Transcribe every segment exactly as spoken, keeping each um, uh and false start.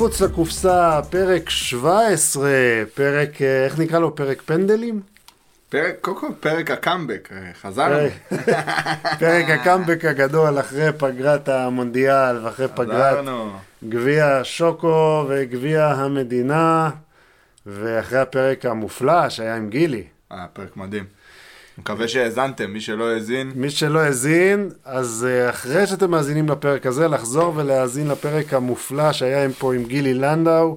מחוץ לקופסה, פרק שבע עשרה, פרק, איך נקרא לו? פרק פנדלים? פרק, קוקו, פרק הקאמבק, חזרנו. פרק הקאמבק הגדול אחרי פגרת המונדיאל ואחרי פגרת גביע שוקו וגביע המדינה, ואחרי הפרק המופלא שהיה עם גילי. אה, פרק מדהים. מקווה שהאזנתם, מי שלא האזין. מי שלא האזין, אז אחרי שאתם מאזינים לפרק הזה, לחזור ולהאזין לפרק המופלא שהיה עם פה עם גילי לנדאו,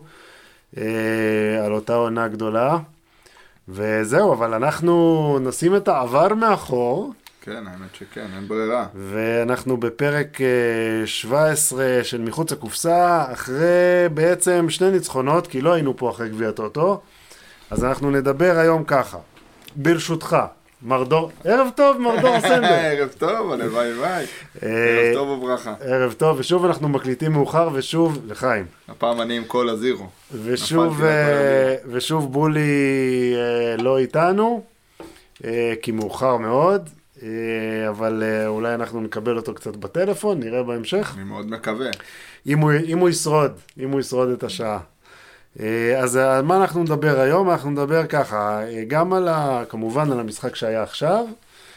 על אותה עונה גדולה. וזהו, אבל אנחנו נשים את העבר מאחור. כן, האמת שכן, אין ברירה. ואנחנו בפרק שבע עשרה של מחוץ לקופסה, אחרי בעצם שני ניצחונות, כי לא היינו פה אחרי גביע טוטו. אז אנחנו נדבר היום ככה, ברשותך. מרדור, ערב טוב מרדור סנדר. ערב טוב, הלוואי ביי. ערב טוב וברכה. ערב טוב, ושוב אנחנו מקליטים מאוחר, ושוב לחיים. הפעם אני עם כל הזירו. ושוב, ושוב בולי לא איתנו, כי מאוחר מאוד, אבל אולי אנחנו נקבל אותו קצת בטלפון, נראה בהמשך. אני מאוד מקווה. אם הוא, אם הוא ישרוד, אם הוא ישרוד את השעה. אז על מה אנחנו נדבר היום? אנחנו נדבר ככה, גם על ה, כמובן על המשחק שהיה עכשיו,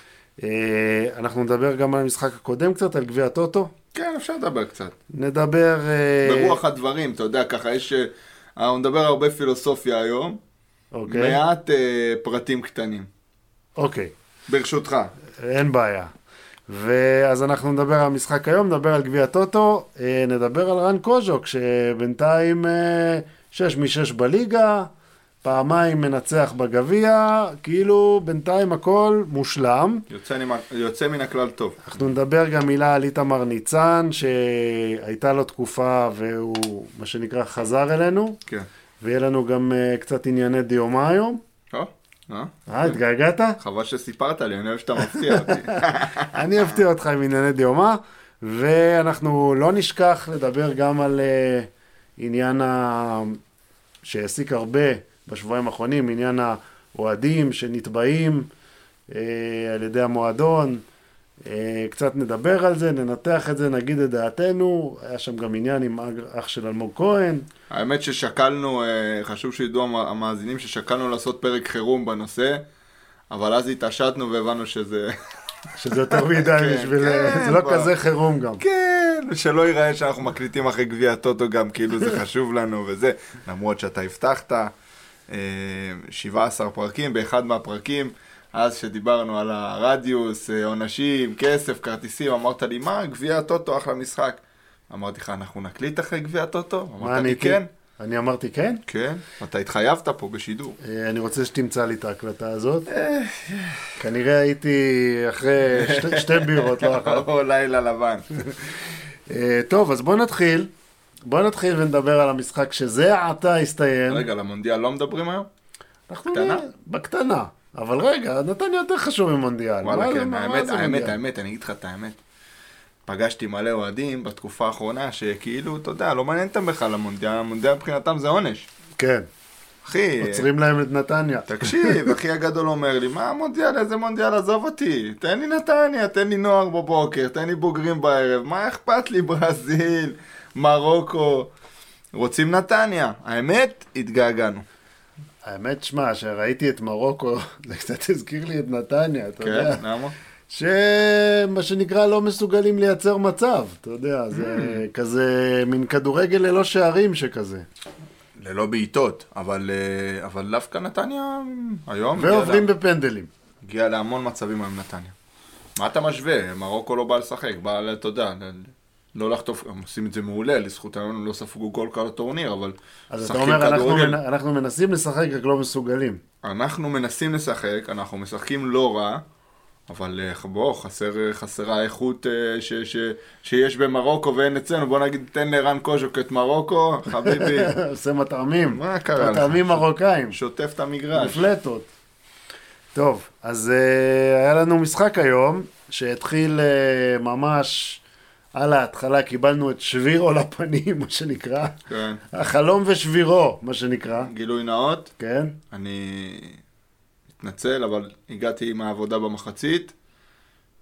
אנחנו נדבר גם על המשחק הקודם קצת, על גביע טוטו. כן, אפשר לדבר קצת. נדבר... ברוח הדברים, אתה יודע, ככה יש, אנחנו נדבר הרבה פילוסופיה היום, אוקיי. מעט פרטים קטנים. אוקיי. ברשותך. אין בעיה. ואז אנחנו נדבר על המשחק היום, נדבר על גביע טוטו, נדבר על רן קוז'וק, שבינתיים... שש משש בליגה, פעמיים מנצח בגביע, כאילו בינתיים הכל מושלם. יוצא, יוצא מן הכלל טוב. אנחנו נדבר גם מילה על איתמר ניצן, שהייתה לו תקופה והוא, מה שנקרא, חזר אלינו. כן. ויהיה לנו גם uh, קצת ענייני דיומה היום. אה? אה? אה, התגעגעת? חבל שסיפרת לי, אני אוהב שאתה מפתיע אותי. אני אפתיע אותך עם ענייני דיומה, ואנחנו לא נשכח לדבר גם על... Uh, עניין ה... שהעסיק הרבה בשבועיים האחרונים, עניין האוהדים שנתבעים אה, על ידי המועדון. אה, קצת נדבר על זה, ננתח את זה, נגיד את דעתנו. היה שם גם עניין עם אח של אלמוג כהן. האמת ששקלנו, אה, חשוב שידעו המאזינים ששקלנו לעשות פרק חירום בנושא, אבל אז התעשתנו והבנו שזה... שזה יותר מדי בשביל... זה לא כזה חירום גם. כן, שלא ייראה שאנחנו מקליטים אחרי גביע טוטו גם, כאילו זה חשוב לנו וזה. למרות שאתה הבטחת שבעה עשר פרקים, באחד מהפרקים, אז שדיברנו על הרדיוס, עונשים, כסף, כרטיסים, אמרת לי, מה, גביע טוטו אחלה משחק. אמרתי לך, אנחנו נקליט אחרי גביע טוטו? אמרת לי, כן. אני אמרתי כן? כן, אתה התחייבת פה בשידור. אני רוצה שתמצא לי את ההקלטה הזאת. כנראה הייתי אחרי שתי בירות, לא אחת. או לילה לבן. טוב, אז בוא נתחיל. בוא נתחיל ונדבר על המשחק שזה עתה הסתיים. רגע, למונדיאל לא מדברים היום? קטנה? בקטנה. אבל רגע, נתניה יותר חשוב ממונדיאל. וואלה, כן, האמת, האמת, האמת, אני אגיד לך את האמת. פגשתי מלא אוהדים בתקופה האחרונה שכאילו, אתה יודע, לא מעניין אותם בכלל המונדיאל, המונדיאל מבחינתם זה עונש. כן. אחי... עוצרים להם את נתניה. תקשיב, אחי הגדול אומר לי, מה המונדיאל, איזה מונדיאל, עזוב אותי, תן לי נתניה, תן לי נוער בבוקר, תן לי בוגרים בערב, מה אכפת לי ברזיל, מרוקו, רוצים נתניה. האמת, התגעגענו. האמת, שמה, שראיתי את מרוקו, זה קצת הזכיר לי את נתניה, אתה יודע. כן, למה? שמה שנקרא לא מסוגלים לייצר מצב, אתה יודע, זה כזה מין כדורגל ללא שערים שכזה. ללא בעיטות, אבל, אבל דווקא נתניה היום... ועוברים בפנדלים. הגיע להמון מצבים עם נתניה. מה אתה משווה? מרוקו לא בא לשחק, בא, אתה יודע, לא לחטוף, הם עושים את זה מעולה, לזכותם לא ספגו גול כל הטורניר, אבל... אז אתה אומר, אנחנו, מנ... אנחנו מנסים לשחק, רק לא מסוגלים. אנחנו מנסים לשחק, אנחנו משחקים לא רע, אבל בוא, חסר, חסרה איכות ש, ש, שיש במרוקו ואין אצלנו. בוא נגיד, תן לרן קוז'וק את מרוקו, חביבי. עושה מטעמים. מה קרה לך? מטעמים מרוקאים. שוטף את המגרש. מפלטות. טוב, אז uh, היה לנו משחק היום, שהתחיל uh, ממש על ההתחלה, קיבלנו את שבירו לפנים, מה שנקרא. כן. החלום ושבירו, מה שנקרא. גילוי נאות. כן. אני... מתנצל, אבל הגעתי עם העבודה במחצית,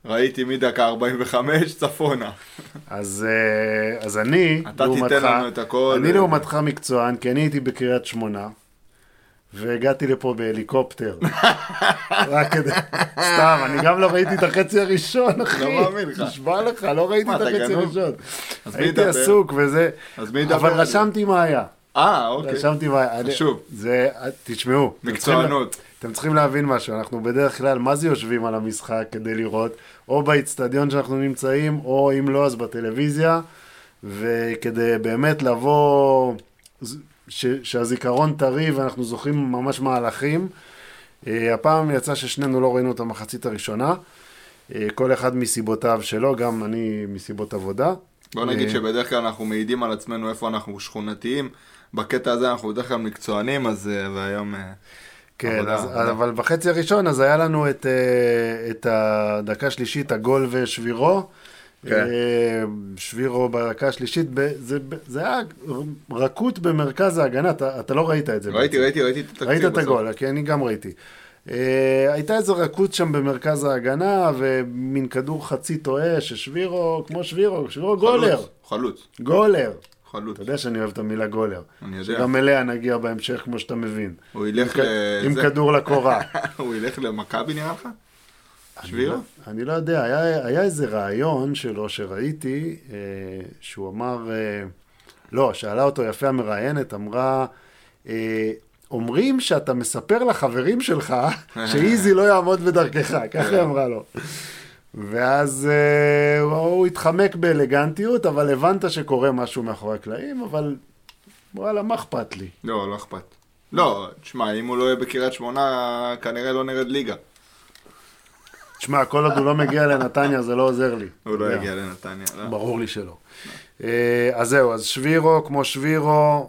ראיתי מדקה ארבעים וחמש צפונה. אז, אז אני, אתה תיתן לנו את הכל. אני לעומתך מקצוען, כי אני הייתי בקריית שמונה, והגעתי לפה בהליקופטר. רק כדי, סתם, אני גם לא ראיתי את החצי הראשון, אחי. לא מאמין לך. נשבע לך, לא ראיתי את החצי הראשון. הייתי ידבר? עסוק וזה, אז מי ידבר? אבל רשמתי מה היה. אה, אוקיי. רשמתי מה היה. חשוב. זה, תשמעו. מקצוענות. אתם צריכים להבין משהו, אנחנו בדרך כלל, מה זה יושבים על המשחק כדי לראות, או באצטדיון שאנחנו נמצאים, או אם לא, אז בטלוויזיה, וכדי באמת לבוא, ש, שהזיכרון טרי, ואנחנו זוכרים ממש מהלכים. הפעם יצא ששנינו לא ראינו את המחצית הראשונה, כל אחד מסיבותיו שלו, גם אני מסיבות עבודה. בוא נגיד שבדרך כלל אנחנו מעידים על עצמנו איפה אנחנו שכונתיים, בקטע הזה אנחנו בדרך כלל מקצוענים, אז והיום... כן, אז, אבל בחצי הראשון אז היה לנו את, את הדקה השלישית, הגול ושבירו. כן. שבירו בדקה השלישית, זה, זה היה רכות במרכז ההגנה, אתה, אתה לא ראית את זה. ראיתי, ראיתי, ראיתי את התקציב. ראית את הגול, כי אני גם ראיתי. הייתה איזו רכות שם במרכז ההגנה, ומין כדור חצי טועה, ששבירו, כמו שבירו, שבירו גולר. חלוץ. גולר. חלוץ. אתה יודע שאני אוהב את המילה גולר. אני יודע. שגם אליה נגיע בהמשך, כמו שאתה מבין. הוא ילך עם, ל... עם כדור לקורה. הוא ילך למכבי נראה לך? שבירו? אני, אני לא יודע, היה, היה איזה רעיון שלו שראיתי, אה, שהוא אמר, אה, לא, שאלה אותו יפה המראיינת, אמרה, אה, אומרים שאתה מספר לחברים שלך שאיזי לא יעמוד בדרכך, ככה היא אמרה לו. ואז אה, הוא התחמק באלגנטיות, אבל הבנת שקורה משהו מאחורי הקלעים, אבל וואלה, מה אכפת לי? לא, לא אכפת. לא, תשמע, אם הוא לא יהיה בקריית שמונה, כנראה לא נרד ליגה. תשמע, כל עוד הוא לא מגיע לנתניה, זה לא עוזר לי. הוא לא יגיע לנתניה, לא. ברור לי שלא. אז זהו, אז שבירו, כמו שבירו,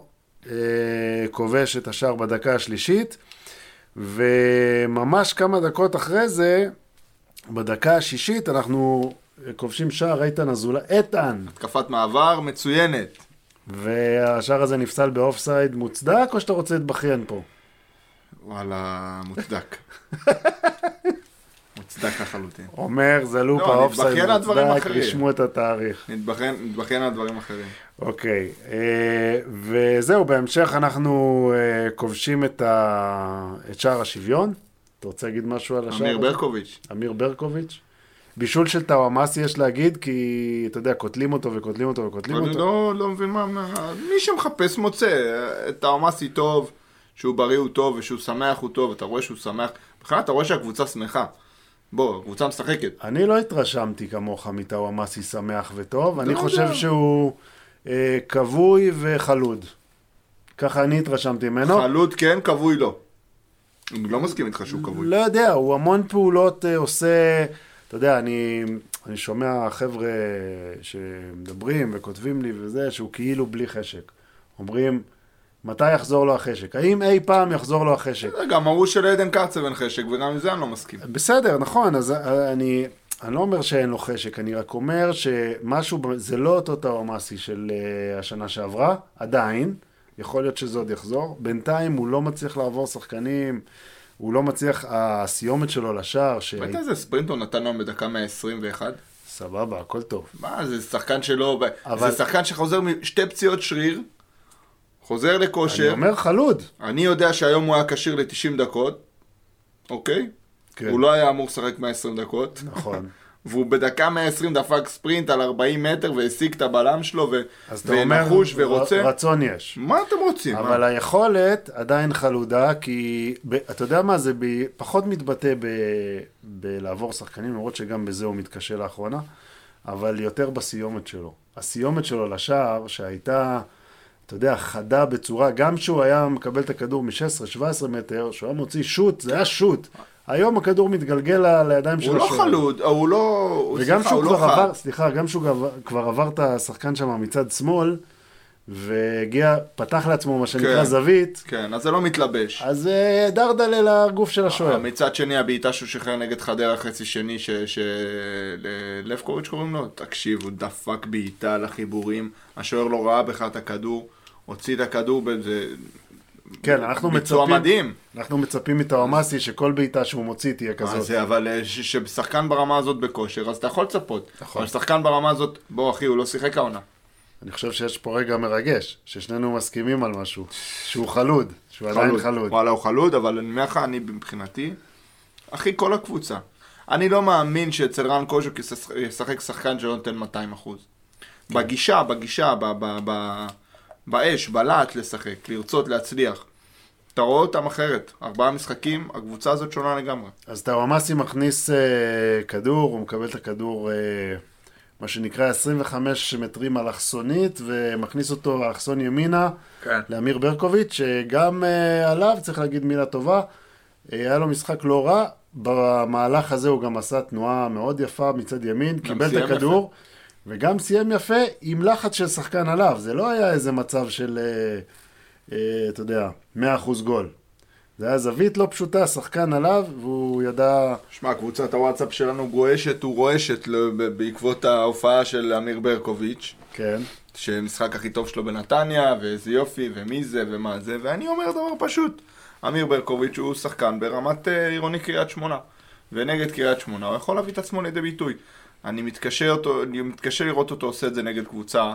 כובש את השער בדקה השלישית, וממש כמה דקות אחרי זה, בדקה השישית, אנחנו כובשים שער איתן אזולאי, איתן. התקפת מעבר מצוינת. והשער הזה נפסל באופסייד מוצדק, או שאתה רוצה להתבכיין פה? וואלה, מוצדק. מוצדק לחלוטין. אומר, זה לופ האופסייד מוצדק, רשמו את התאריך. נתבכיין על דברים אחרים. אוקיי, וזהו, בהמשך אנחנו כובשים את שער השוויון. אתה רוצה להגיד משהו על השער? אמיר ברקוביץ'. אמיר ברקוביץ'. בישול של טאוואמאסי יש להגיד, כי אתה יודע, קוטלים אותו וקוטלים אותו וקוטלים אותו. אני לא, לא מבין מה, מי שמחפש מוצא, טאוואמאסי טוב, שהוא בריא הוא טוב ושהוא שמח הוא טוב, אתה רואה שהוא שמח, בכלל אתה רואה שהקבוצה שמחה. בוא, הקבוצה משחקת. אני לא התרשמתי כמוך מטאוואמאסי שמח וטוב, אני חושב שהוא אה, כבוי וחלוד. ככה אני התרשמתי ממנו. חלוד כן, כבוי לא. אני לא מסכים איתך שהוא כבוי. לא יודע, הוא המון פעולות אה, עושה, אתה יודע, אני, אני שומע חבר'ה שמדברים וכותבים לי וזה, שהוא כאילו בלי חשק. אומרים, מתי יחזור לו החשק? האם אי פעם יחזור לו החשק? גם אמרו שלעדן קרצב אין חשק, וגם עם זה אני לא מסכים. בסדר, נכון, אז אני, אני לא אומר שאין לו חשק, אני רק אומר שמשהו, זה לא אותו טאוואמאסי של uh, השנה שעברה, עדיין, יכול להיות שזה עוד יחזור, בינתיים הוא לא מצליח לעבור שחקנים, הוא לא מצליח, הסיומת שלו לשער, ש... ראית איזה ספרינט הוא נתן לנו בדקה מאה עשרים ואחת? סבבה, הכל טוב. מה, זה שחקן שלו, אבל... זה שחקן שחוזר משתי פציעות שריר, חוזר לכושר. אני אומר חלוד. אני יודע שהיום הוא היה קשיר ל-תשעים דקות, אוקיי? כן. הוא לא היה אמור לשחק מאה ועשרים דקות. נכון. והוא בדקה מאה ועשרים דפק ספרינט על ארבעים מטר והשיג את הבלם שלו ו... ונחוש ורוצה. רצון יש. מה אתם רוצים? אבל מה? היכולת עדיין חלודה, כי ב... אתה יודע מה, זה ב... פחות מתבטא ב... בלעבור שחקנים, למרות שגם בזה הוא מתקשה לאחרונה, אבל יותר בסיומת שלו. הסיומת שלו לשער שהייתה... אתה יודע, חדה בצורה, גם שהוא היה מקבל את הכדור מ-שש עשרה שבע עשרה מטר, שהוא היה מוציא שוט, זה היה שוט. היום הכדור מתגלגל לידיים של השוער. הוא לא חלוד, הוא לא... וגם שהוא כבר עבר, סליחה, גם שהוא כבר עבר את השחקן שם מצד שמאל, והגיע, פתח לעצמו מה שנקרא זווית. כן, אז זה לא מתלבש. אז דרדלה לגוף של השוער. מצד שני, הבעיטה שהוא שחרר נגד חדרה חצי שני, שלבקוביץ' קוראים לו, תקשיב, הוא דפק בעיטה לחיבורים, השוער לא ראה בכלל את הכדור, הוציא את הכדור, כן, אנחנו ביצוע מצפים, מדהים. אנחנו מצפים מטאומאסי שכל בעיטה שהוא מוציא תהיה כזאת. זה, אבל אה, ש- ששחקן ברמה הזאת בכושר, אז אתה יכול לצפות. נכון. אבל שחקן ברמה הזאת, בוא אחי, הוא לא שיחק העונה. אני חושב שיש פה רגע מרגש, ששנינו מסכימים על משהו, שהוא חלוד, שהוא עדיין חלוד. וואלה, הוא חלוד, אבל אני אומר לך, אני מבחינתי, אחי, כל הקבוצה. אני לא מאמין שאצל רן קוז'וק ישחק שחקן שלא נותן מאתיים אחוז. בגישה, בגישה, ב- ב- ב- באש, בלהט לשחק, לרצות, להצליח. אתה רואה אותם אחרת. ארבעה משחקים, הקבוצה הזאת שונה לגמרי. אז טאומאסי מכניס אה, כדור, הוא מקבל את הכדור, אה, מה שנקרא עשרים וחמישה מטרים אלכסונית, ומכניס אותו אלכסון ימינה כן. לאמיר ברקוביץ', שגם אה, עליו, צריך להגיד מילה טובה, אה, היה לו משחק לא רע, במהלך הזה הוא גם עשה תנועה מאוד יפה מצד ימין, קיבל את הכדור, יפה. וגם סיים יפה עם לחץ של שחקן עליו, זה לא היה איזה מצב של, אה, אה, אתה יודע, מאה אחוז גול. זה היה זווית לא פשוטה, שחקן עליו, והוא ידע... שמע, קבוצת הוואטסאפ שלנו גועשת ורועשת בעקבות ההופעה של אמיר ברקוביץ'. כן. שמשחק הכי טוב שלו בנתניה, ואיזה יופי, ומי זה, ומה זה, ואני אומר דבר פשוט. אמיר ברקוביץ' הוא שחקן ברמת עירוני קריית שמונה. ונגד קריית שמונה הוא יכול להביא את עצמו לידי ביטוי. אני מתקשה, אותו, אני מתקשה לראות אותו עושה את זה נגד קבוצה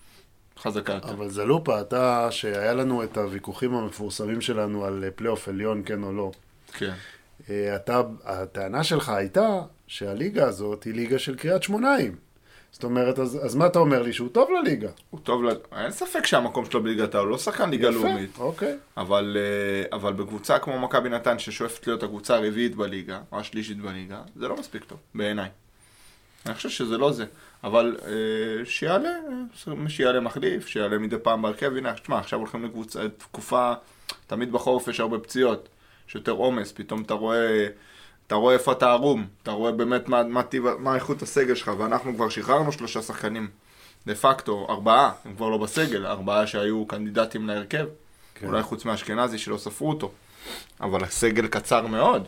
חזקה יותר. אבל זה לופה, אתה, שהיה לנו את הוויכוחים המפורסמים שלנו על פלייאוף עליון, כן או לא. כן. אתה, הטענה שלך הייתה שהליגה הזאת היא ליגה של קריית שמונאים. זאת אומרת, אז, אז מה אתה אומר לי? שהוא טוב לליגה. הוא טוב, ל... אין ספק שהמקום שלו בליגת העל, הוא לא שחקן ליגה יפה, לאומית. אוקיי. אבל, אבל בקבוצה כמו מכבי נתן, ששואפת להיות הקבוצה הרביעית בליגה, או השלישית בליגה, זה לא מספיק טוב, בעיניי. אני חושב שזה לא זה. אבל שיעלה, שיעלה מחליף, שיעלה מדי פעם בהרכב. הנה, תשמע, עכשיו הולכים לקבוצה, תקופה, תמיד בחורף יש הרבה פציעות, יש יותר עומס, פתאום אתה רואה... אתה רואה איפה אתה ערום, אתה רואה באמת מה, מה, מה איכות הסגל שלך, ואנחנו כבר שחררנו שלושה שחקנים, דה פקטו, ארבעה, הם כבר לא בסגל, ארבעה שהיו קנדידטים להרכב, כן. אולי חוץ מהאשכנזי שלא ספרו אותו, אבל הסגל קצר מאוד.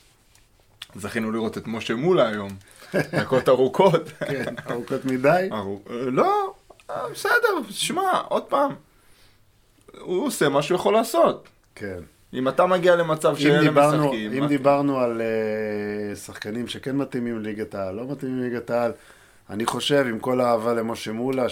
זכינו לראות את משה מולה היום, דקות ארוכות. כן, ארוכות מדי? ארוכ... לא, בסדר, שמע, עוד פעם, הוא עושה מה שהוא יכול לעשות. כן. אם אתה מגיע למצב שאלה משחקים... אם דיברנו על uh, שחקנים שכן מתאימים לליגת העל, לא מתאימים לליגת העל, אני חושב עם כל האהבה למשה מולה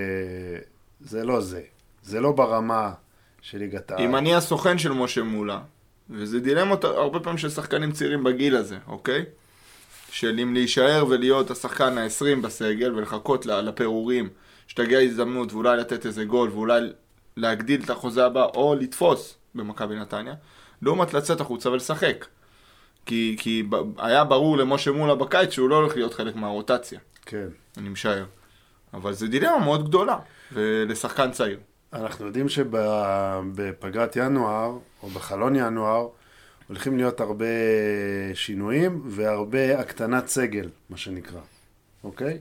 שזה לא זה. זה לא ברמה של ליגת העל. אם אני הסוכן של משה מולה, וזה דילמות הרבה פעמים של שחקנים צעירים בגיל הזה, אוקיי? של אם להישאר ולהיות השחקן ה-עשרים בסגל ולחכות לפירורים, שתגיע הזדמנות ואולי לתת איזה גול ואולי להגדיל את החוזה הבא או לתפוס. במכבי נתניה, לעומת לצאת החוצה ולשחק. כי, כי היה ברור למשה מולה בקיץ שהוא לא הולך להיות חלק מהרוטציה. כן. אני משער. אבל זה דילמה מאוד גדולה, ולשחקן צעיר. אנחנו יודעים שבפגרת ינואר, או בחלון ינואר, הולכים להיות הרבה שינויים, והרבה הקטנת סגל, מה שנקרא. אוקיי?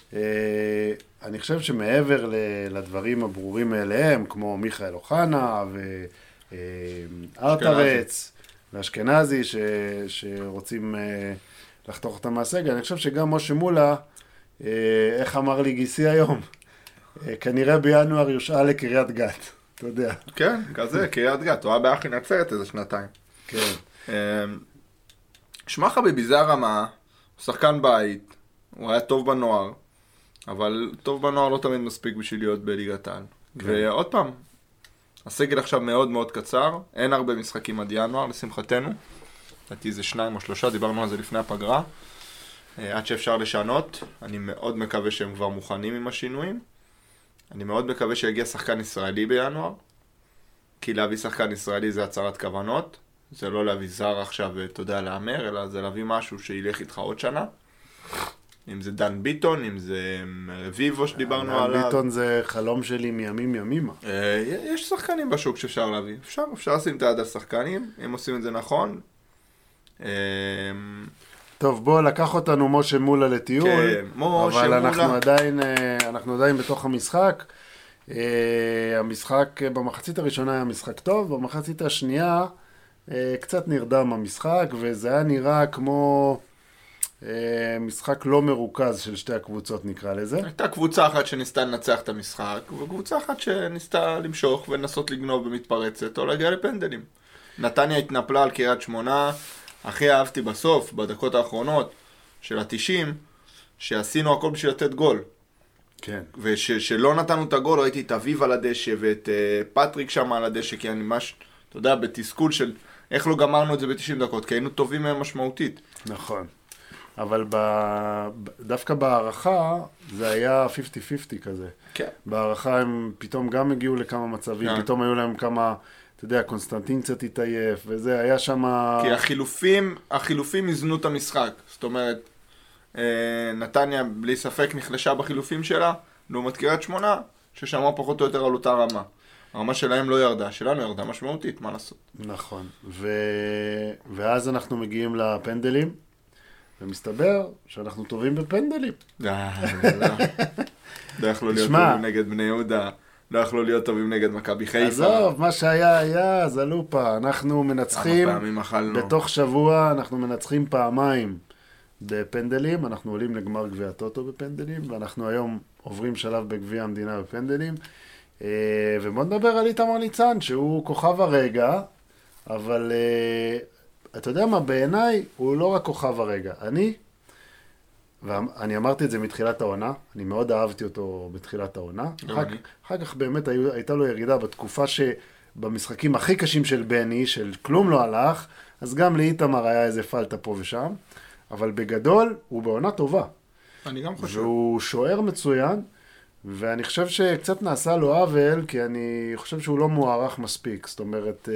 אני חושב שמעבר לדברים הברורים מאליהם, כמו מיכאל אוחנה ו... ארטרץ ואשכנזי ש... שרוצים לחתוך אותם מהסגל. אני חושב שגם משה מולה, איך אמר לי גיסי היום, כנראה בינואר יושעה לקריית גת, אתה יודע. כן, כזה, קריית גת, הוא היה באחי נצרת איזה שנתיים. כן. שמע חביבי, זה הרמה, הוא שחקן בית, הוא היה טוב בנוער, אבל טוב בנוער לא תמיד מספיק בשביל להיות בליגת העל. ועוד פעם, הסגל עכשיו מאוד מאוד קצר, אין הרבה משחקים עד ינואר, לשמחתנו. לדעתי זה שניים או שלושה, דיברנו על זה לפני הפגרה. עד שאפשר לשנות, אני מאוד מקווה שהם כבר מוכנים עם השינויים. אני מאוד מקווה שיגיע שחקן ישראלי בינואר, כי להביא שחקן ישראלי זה הצהרת כוונות. זה לא להביא זר עכשיו ותודה לאמר, אלא זה להביא משהו שילך איתך עוד שנה. אם זה דן ביטון, אם זה רביבו שדיברנו עליו. דן ביטון זה חלום שלי מימים ימימה. יש שחקנים בשוק שאפשר להביא. אפשר, אפשר לשים את היד על שחקנים, אם עושים את זה נכון. טוב, בוא, לקח אותנו משה מולה לטיול. כן, משה אבל מולה. אנחנו עדיין, אנחנו עדיין בתוך המשחק. המשחק במחצית הראשונה היה משחק טוב, במחצית השנייה קצת נרדם המשחק, וזה היה נראה כמו... משחק לא מרוכז של שתי הקבוצות נקרא לזה. הייתה קבוצה אחת שניסתה לנצח את המשחק, וקבוצה אחת שניסתה למשוך ולנסות לגנוב במתפרצת או להגיע לפנדלים. נתניה התנפלה על קריית שמונה, הכי אהבתי בסוף, בדקות האחרונות של ה-תשעים, שעשינו הכל בשביל לתת גול. כן. ושלא נתנו את הגול, ראיתי את אביב על הדשא ואת uh, פטריק שם על הדשא, כי אני ממש, אתה יודע, בתסכול של איך לא גמרנו את זה ב-תשעים דקות, כי היינו טובים מהם משמעותית. נכון. אבל ב... דווקא בהערכה זה היה חמישים חמישים כזה. כן. בהערכה הם פתאום גם הגיעו לכמה מצבים, כן. פתאום היו להם כמה, אתה יודע, קונסטנטין קצת התעייף, וזה היה שם... כי החילופים, החילופים הזנו את המשחק. זאת אומרת, נתניה בלי ספק נחלשה בחילופים שלה, לעומת קריית שמונה, ששמעה פחות או יותר על אותה רמה. הרמה שלהם לא ירדה, שלנו ירדה משמעותית, מה לעשות? נכון. ו... ואז אנחנו מגיעים לפנדלים, ומסתבר שאנחנו טובים בפנדלים. לא יכלו להיות טובים נגד בני יהודה, לא יכלו להיות טובים נגד מכבי חיפה. עזוב, מה שהיה היה, זלופה. אנחנו מנצחים, בתוך שבוע אנחנו מנצחים פעמיים בפנדלים, אנחנו עולים לגמר גביע הטוטו בפנדלים, ואנחנו היום עוברים שלב בגביע המדינה בפנדלים. ובוא נדבר על איתמר ניצן, שהוא כוכב הרגע, אבל אתה יודע מה, בעיניי הוא לא רק כוכב הרגע. אני, ואני אמרתי את זה מתחילת העונה, אני מאוד אהבתי אותו בתחילת העונה. אחר, אחר כך באמת הייתה לו ירידה בתקופה שבמשחקים הכי קשים של בני, של כלום לא הלך, אז גם לאיתמר היה איזה פלטה פה ושם, אבל בגדול הוא בעונה טובה. אני גם חושב. והוא שוער מצוין, ואני חושב שקצת נעשה לו עוול, כי אני חושב שהוא לא מוערך מספיק. זאת אומרת,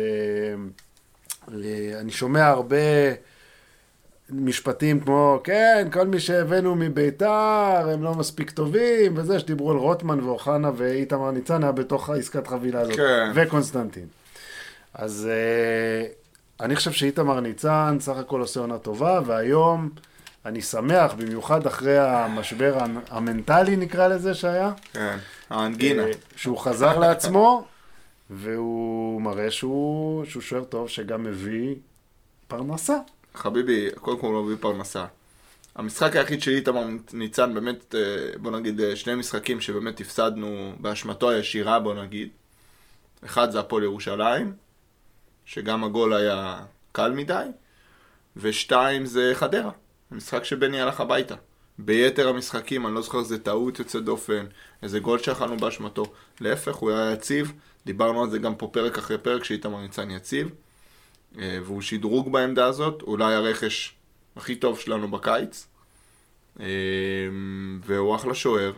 אני שומע הרבה משפטים כמו, כן, כל מי שהבאנו מביתר, הם לא מספיק טובים, וזה שדיברו על רוטמן ואוחנה ואיתמר ניצן, היה בתוך העסקת חבילה הזאת, כן. וקונסטנטין. אז אני חושב שאיתמר ניצן סך הכל עושה עונה טובה, והיום אני שמח, במיוחד אחרי המשבר המנטלי נקרא לזה שהיה. כן, האנגינה. שהוא חזר לעצמו, והוא מראה שהוא, שהוא שוער טוב שגם מביא פרנסה. חביבי, קודם כל הוא מביא פרנסה. המשחק היחיד שלי איתמר ניצן, באמת, בוא נגיד, שני משחקים שבאמת הפסדנו באשמתו הישירה, בוא נגיד. אחד זה הפועל ירושלים, שגם הגול היה קל מדי, ושתיים זה חדרה, המשחק שבני הלך הביתה. ביתר המשחקים, אני לא זוכר, זה טעות יוצא דופן, איזה גול שאכלנו באשמתו. להפך, הוא היה יציב, דיברנו על זה גם פה פרק אחרי פרק, שאיתמר ניצן יציב, והוא שדרוג בעמדה הזאת, אולי הרכש הכי טוב שלנו בקיץ, והוא אחלה שוער,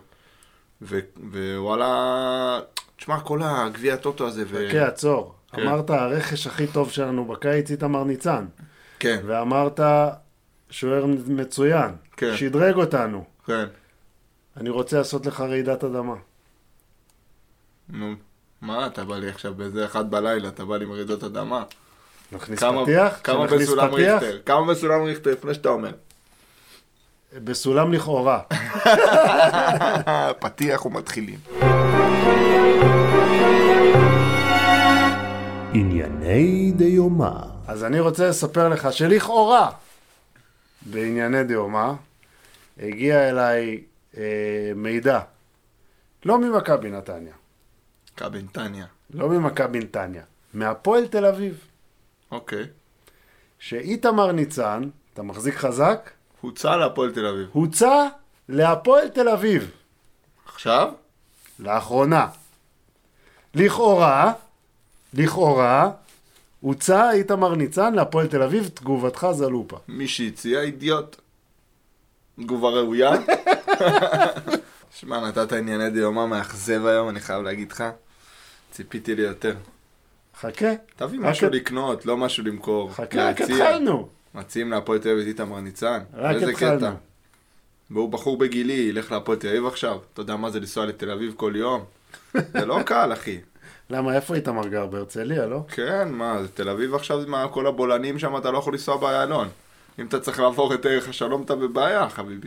ווואלה, תשמע, כל הגביע הטוטו הזה, ו... אוקיי, עצור. אמרת, הרכש הכי טוב שלנו בקיץ, איתמר ניצן. כן. ואמרת, שוער מצוין. כן. שדרג אותנו. כן. אני רוצה לעשות לך רעידת אדמה. נו, מה, אתה בא לי עכשיו באיזה אחד בלילה, אתה בא לי מרעידות אדמה. נכניס פתיח? כמה בסולם ריכטר? כמה בסולם ריכטר, לפני שאתה אומר? בסולם לכאורה. פתיח ומתחילים. ענייני דיומה. אז אני רוצה לספר לך שלכאורה, בענייני דיומה, הגיע אליי אה, מידע. לא ממכבי נתניה. מכבי נתניה. לא ממכבי נתניה. מהפועל תל אביב. אוקיי. שאיתמר ניצן, אתה מחזיק חזק? הוצא להפועל תל אביב. הוצא להפועל תל אביב. עכשיו? לאחרונה. לכאורה, לכאורה, הוצא איתמר ניצן להפועל תל אביב, תגובתך זלופה. מי שהציע אידיוט. תגובה ראויה. שמע, נתת ענייני דיומה מאכזב היום, אני חייב להגיד לך. ציפיתי לי יותר. חכה. תביא משהו לקנות, לא משהו למכור. חכה, רק התחלנו. מציעים להפועל תל אביב את איתמר ניצן. רק התחלנו. והוא בחור בגילי, ילך להפועל תל אביב עכשיו. אתה יודע מה זה לנסוע לתל אביב כל יום? זה לא קל, אחי. למה, איפה איתמר גר? בהרצליה, לא? כן, מה, זה תל אביב עכשיו, מה, כל הבולענים שם, אתה לא יכול לנסוע באיילון. אם אתה צריך לעבור את ערך השלום, אתה בבעיה, חביבי.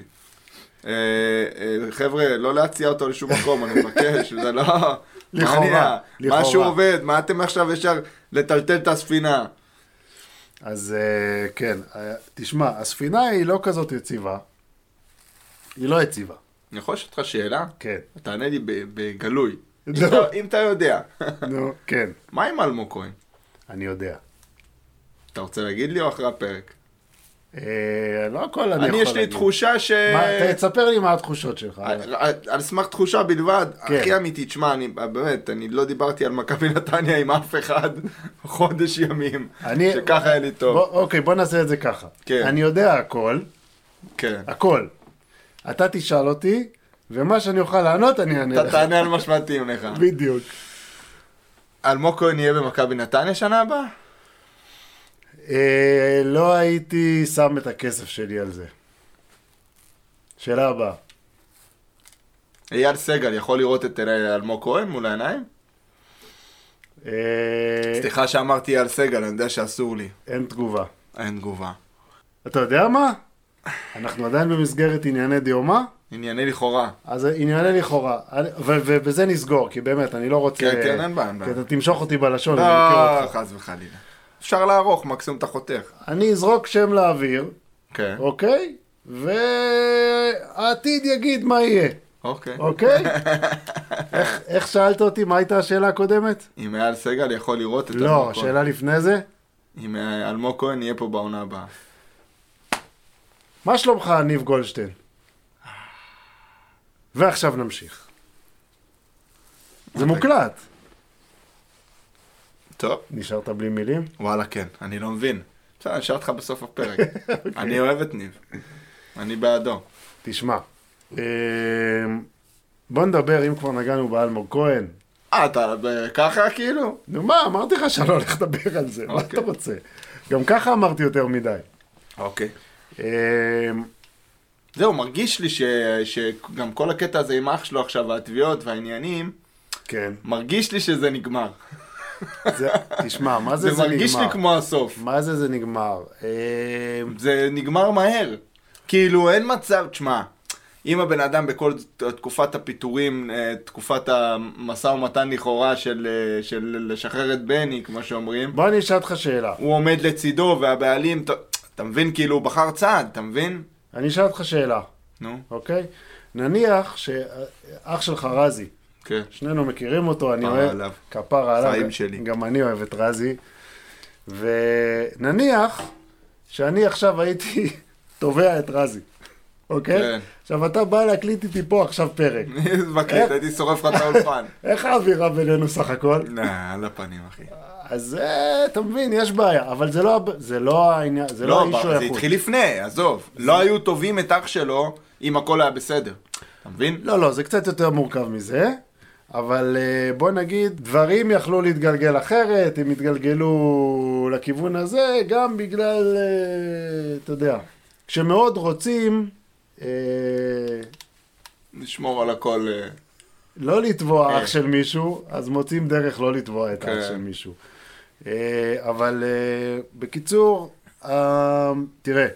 חבר'ה, לא להציע אותו לשום מקום, אני מבקש, זה לא... לכאורה, משהו עובד, מה אתם עכשיו ישר לטלטל את הספינה? אז אה, כן, אה, תשמע, הספינה היא לא כזאת יציבה. היא לא יציבה. אני יכול לשאול אותך שאלה? כן. תענה לי ב- בגלוי. אם לא. אתה- אם אתה יודע. נו, כן. מה עם אלמוג כהן? אני יודע. אתה רוצה להגיד לי או אחרי הפרק? אה, לא הכל אני יכול אני להגיד. יש לי תחושה ש... מה, תספר לי מה התחושות שלך. על- על- על סמך תחושה בלבד, כן. הכי אמיתי, תשמע, אני באמת, אני לא דיברתי על מכבי נתניה עם אף אחד חודש ימים, אני- שככה היה לי טוב. בוא, אוקיי, בוא נעשה את זה ככה. כן. אני יודע הכל, כן. הכל. אתה תשאל אותי, ומה שאני אוכל לענות אני אענה אתה לך. תענה על מה שמתאים לך. בדיוק. אלמוג כהן יהיה במכבי נתניה שנה הבאה? אה, לא הייתי שם את הכסף שלי על זה. שאלה הבאה. אייל סגל יכול לראות את אלמוג כהן מול העיניים? אה, סליחה שאמרתי אייל סגל, אני יודע שאסור לי. אין תגובה. אין תגובה. אתה יודע מה? אנחנו עדיין במסגרת ענייני דיומה, ענייני לכאורה. אז ענייני לכאורה. אני- ו- ובזה נסגור, כי באמת, אני לא רוצה... כן, כן, אין בעיה, אין בעיה. כי אתה תמשוך אותי בלשון, אני מכיר לא, אותך. חס וחלילה. אפשר לערוך, מקסימום אתה חותך. אני אזרוק שם לאוויר, כן. אוקיי? והעתיד יגיד מה יהיה, אוקיי. אוקיי? איך- איך שאלת אותי? מה הייתה השאלה הקודמת? אם אייל סגל יכול לראות את לא, אלמוג כהן. השאלה לפני זה. אם אלמוג כהן יהיה פה בעונה הבאה. מה שלומך, ניב גולדשטיין? ועכשיו נמשיך. זה מוקלט. טוב. נשארת בלי מילים? וואלה, כן. אני לא מבין. בסדר, אני אשאל אותך בסוף הפרק. אני אוהב את ניב. אני בעדו. תשמע, אה, בוא נדבר, אם כבר נגענו באלמוג כהן. אה, אתה ב- ככה כאילו? נו מה, אמרתי לך שאני לא הולך לדבר על זה, מה אוקיי. אתה רוצה? גם ככה אמרתי יותר מדי. אוקיי. אה, זהו, מרגיש לי ש- שגם כל הקטע הזה עם אח שלו עכשיו, והתביעות והעניינים, כן, מרגיש לי שזה נגמר. זה, תשמע, מה זה זה זה מרגיש לי נגמר? כמו הסוף. מה זה זה נגמר? אה, זה נגמר מהר. כאילו, אין מצב, תשמע, אם הבן אדם בכל תקופת הפיטורים, אה, תקופת המשא ומתן לכאורה של, אה, של לשחרר את בני, כמו שאומרים, בוא אני אשאל אותך שאלה. הוא עומד לצידו והבעלים, אתה, אתה מבין? כאילו, הוא בחר צעד, אתה מבין? אני אשאל אותך שאלה, נו, אוקיי? נניח שאח שלך רזי, כן. שנינו מכירים אותו, אני כפרה אוהב, עליו. כפרה עליו, חיים שלי. גם אני אוהב את רזי, ונניח שאני עכשיו הייתי תובע את רזי, אוקיי? כן. עכשיו אתה בא להקליט איתי פה עכשיו פרק, מקליט, הייתי שורף לך את האולפן. איך האווירה בינינו סך הכל? נה, על הפנים, אחי. אז אה, אתה מבין, יש בעיה, אבל זה לא, הב- זה לא העניין, זה לא לא, האיש זה היחוד. התחיל לפני, עזוב. לא היו טובים את אח שלו אם הכל היה בסדר. אתה מבין? לא, לא, זה קצת יותר מורכב מזה, אבל אה, בוא נגיד, דברים יכלו להתגלגל אחרת, הם התגלגלו לכיוון הזה, גם בגלל, אה, אתה יודע, כשמאוד רוצים אה, נשמור על הכל. אה, לא לתבוע אה. אח של מישהו, אז מוצאים דרך לא לתבוע את כן. האח של מישהו. אה, אבל אה, בקיצור, אה, תראה,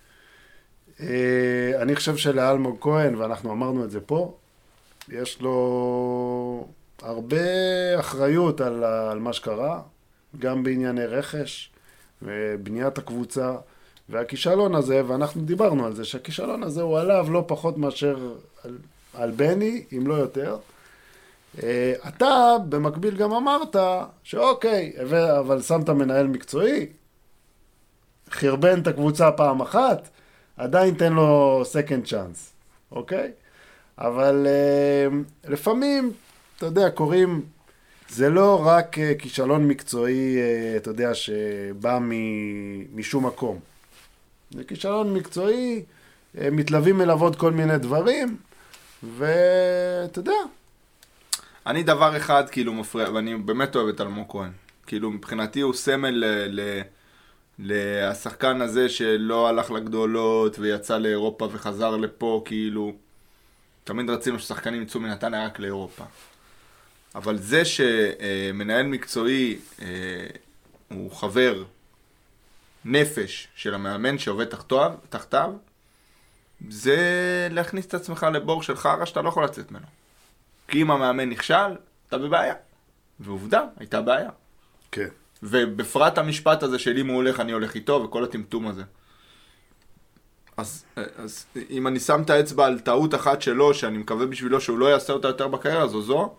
אה, אני חושב שלאלמוג כהן, ואנחנו אמרנו את זה פה, יש לו הרבה אחריות על, ה- על מה שקרה, גם בענייני רכש ובניית הקבוצה, והכישלון הזה, ואנחנו דיברנו על זה, שהכישלון הזה הוא עליו לא פחות מאשר על, על בני, אם לא יותר. אה, אתה במקביל גם אמרת שאוקיי, ו- אבל שמת מנהל מקצועי, חרבן את הקבוצה פעם אחת, עדיין תן לו second chance, אוקיי? אבל uh, לפעמים, אתה יודע, קוראים, זה לא רק uh, כישלון מקצועי, uh, אתה יודע, שבא מ- משום מקום. זה כישלון מקצועי, uh, מתלווים אליו עוד כל מיני דברים, ואתה יודע, אני דבר אחד כאילו מפריע, ואני באמת אוהב את אלמוג כהן. כאילו מבחינתי הוא סמל ל... ל... לשחקן הזה שלא הלך לגדולות ויצא לאירופה וחזר לפה, כאילו תמיד רצינו ששחקנים יצאו מנתניה רק לאירופה. אבל זה שמנהל מקצועי אה, הוא חבר נפש של המאמן שעובד תחתיו, תחתיו, זה להכניס את עצמך לבור של חרא שאתה לא יכול לצאת ממנו. כי אם המאמן נכשל, אתה בבעיה. ועובדה, הייתה בעיה. כן. ובפרט המשפט הזה של אם הוא הולך, אני הולך איתו, וכל הטמטום הזה. אז, אז אם אני שם את האצבע על טעות אחת שלו, שאני מקווה בשבילו שהוא לא יעשה אותה יותר בקריירה, זו זו.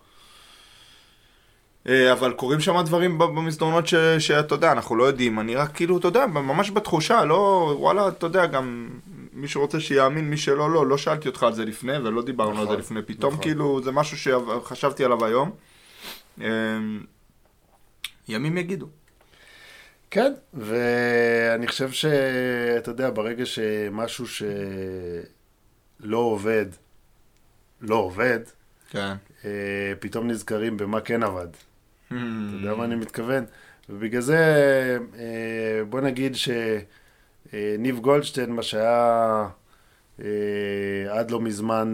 אבל קוראים שם דברים במסדרונות ש, שאתה יודע, אנחנו לא יודעים. אני רק כאילו, אתה יודע, ממש בתחושה, לא, וואלה, אתה יודע, גם מי שרוצה שיאמין, מי שלא, לא, לא שאלתי אותך על זה לפני, ולא דיברנו נכון, על זה לפני. פתאום נכון. כאילו, זה משהו שחשבתי עליו היום. ימים יגידו. כן, ואני חושב שאתה יודע, ברגע שמשהו שלא עובד, לא עובד, כן. פתאום נזכרים במה כן עבד. אתה יודע מה אני מתכוון? ובגלל זה, בוא נגיד שניב גולדשטיין, מה שהיה עד לא מזמן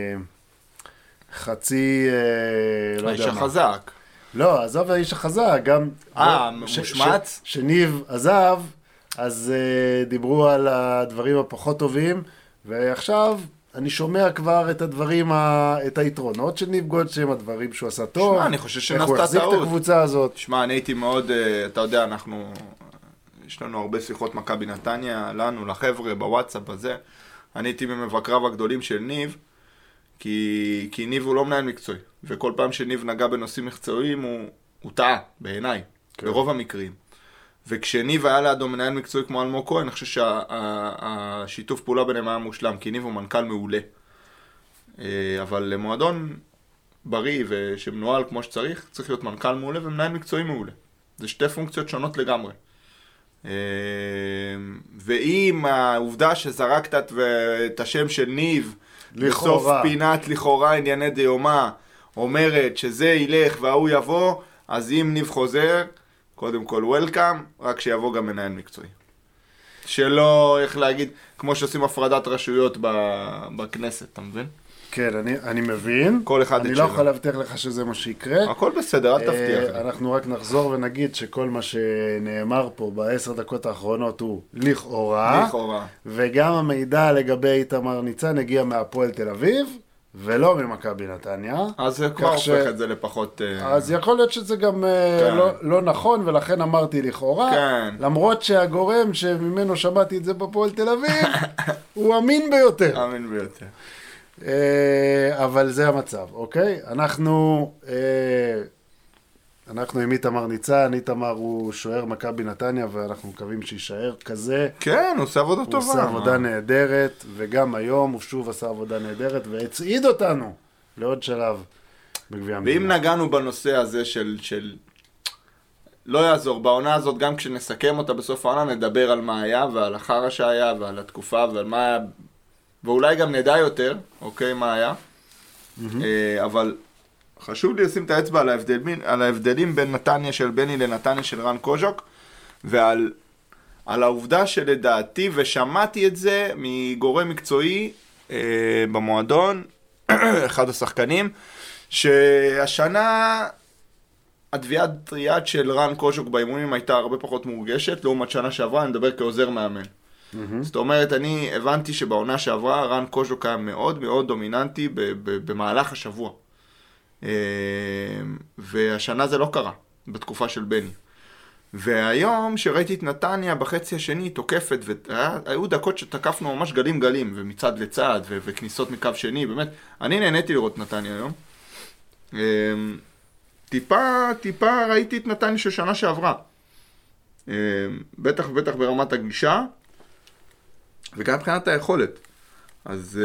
חצי, לא יודע מה. האיש החזק. לא, עזוב האיש החזק, גם... אה, מושמץ? שניב עזב, אז דיברו על הדברים הפחות טובים, ועכשיו... אני שומע כבר את הדברים, את היתרונות של ניב גולדשטיין, הדברים שהוא עשה טוב. שמע, אני חושב שנעשתה טעות. איך הוא החזיק את הקבוצה הזאת. שמע, אני הייתי מאוד, אתה יודע, אנחנו, יש לנו הרבה שיחות מכבי נתניה, לנו, לחבר'ה, בוואטסאפ, בזה. אני הייתי ממבקריו הגדולים של ניב, כי, כי ניב הוא לא מנהל מקצועי. וכל פעם שניב נגע בנושאים מקצועיים, הוא, הוא טעה, בעיניי, כן. ברוב המקרים. וכשניב היה לידו מנהל מקצועי כמו אלמוג כהן, אני חושב שהשיתוף פעולה ביניהם היה מושלם, כי ניב הוא מנכ"ל מעולה. אבל למועדון בריא ושמנוהל כמו שצריך, צריך להיות מנכ"ל מעולה ומנהל מקצועי מעולה. זה שתי פונקציות שונות לגמרי. ואם העובדה שזרקת את השם של ניב, בסוף פינת לכאורה ענייני דיומה, אומרת שזה ילך והוא יבוא, אז אם ניב חוזר, קודם כל וולקאם, רק שיבוא גם מנהל מקצועי. שלא, איך להגיד, כמו שעושים הפרדת רשויות בכנסת, אתה מבין? כן, אני, אני מבין. כל אחד את שלו. אני לא יכול להבטיח לך שזה מה שיקרה. הכל בסדר, אל תבטיח. אנחנו רק נחזור ונגיד שכל מה שנאמר פה בעשר דקות האחרונות הוא לכאורה. לכאורה. וגם המידע לגבי איתמר ניצן הגיע מהפועל תל אביב. ולא ממכבי נתניה. אז זה כבר ש... הופך את זה לפחות... אז יכול להיות שזה גם כן. לא, לא נכון, ולכן אמרתי לכאורה. כן. למרות שהגורם שממנו שמעתי את זה בפועל תל אביב, הוא אמין ביותר. אמין ביותר. אבל זה המצב, אוקיי? אנחנו... אנחנו עם איתמר ניצן, איתמר הוא שוער מכבי נתניה, ואנחנו מקווים שישאר כזה. כן, הוא עושה עבודה טובה. הוא עושה עבודה נהדרת, וגם היום הוא שוב עשה עבודה נהדרת, והצעיד אותנו לעוד שלב בגביע המדינה. ואם נגענו בנושא הזה של, של... לא יעזור, בעונה הזאת, גם כשנסכם אותה בסוף העונה, נדבר על מה היה, ועל החרא שהיה, ועל התקופה, ועל מה היה, ואולי גם נדע יותר, אוקיי, מה היה. אבל... חשוב לי לשים את האצבע על ההבדלים, על ההבדלים בין נתניה של בני לנתניה של רן קוז'וק, ועל על העובדה שלדעתי, ושמעתי את זה מגורם מקצועי אה, במועדון, אחד השחקנים, שהשנה הדביעת יד של רן קוז'וק באימונים הייתה הרבה פחות מורגשת, לעומת שנה שעברה, אני מדבר כעוזר מאמן. Mm-hmm. זאת אומרת, אני הבנתי שבעונה שעברה רן קוז'וק היה מאוד מאוד דומיננטי ב- ב- במהלך השבוע. והשנה זה לא קרה, בתקופה של בני. והיום שראיתי את נתניה בחצי השני תוקפת, והיו דקות שתקפנו ממש גלים גלים, ומצד לצד, ו- וכניסות מקו שני, באמת, אני נהניתי לראות נתניה היום. טיפה, טיפה ראיתי את נתניה של שנה שעברה. בטח ובטח ברמת הגישה, וגם מבחינת היכולת. אז,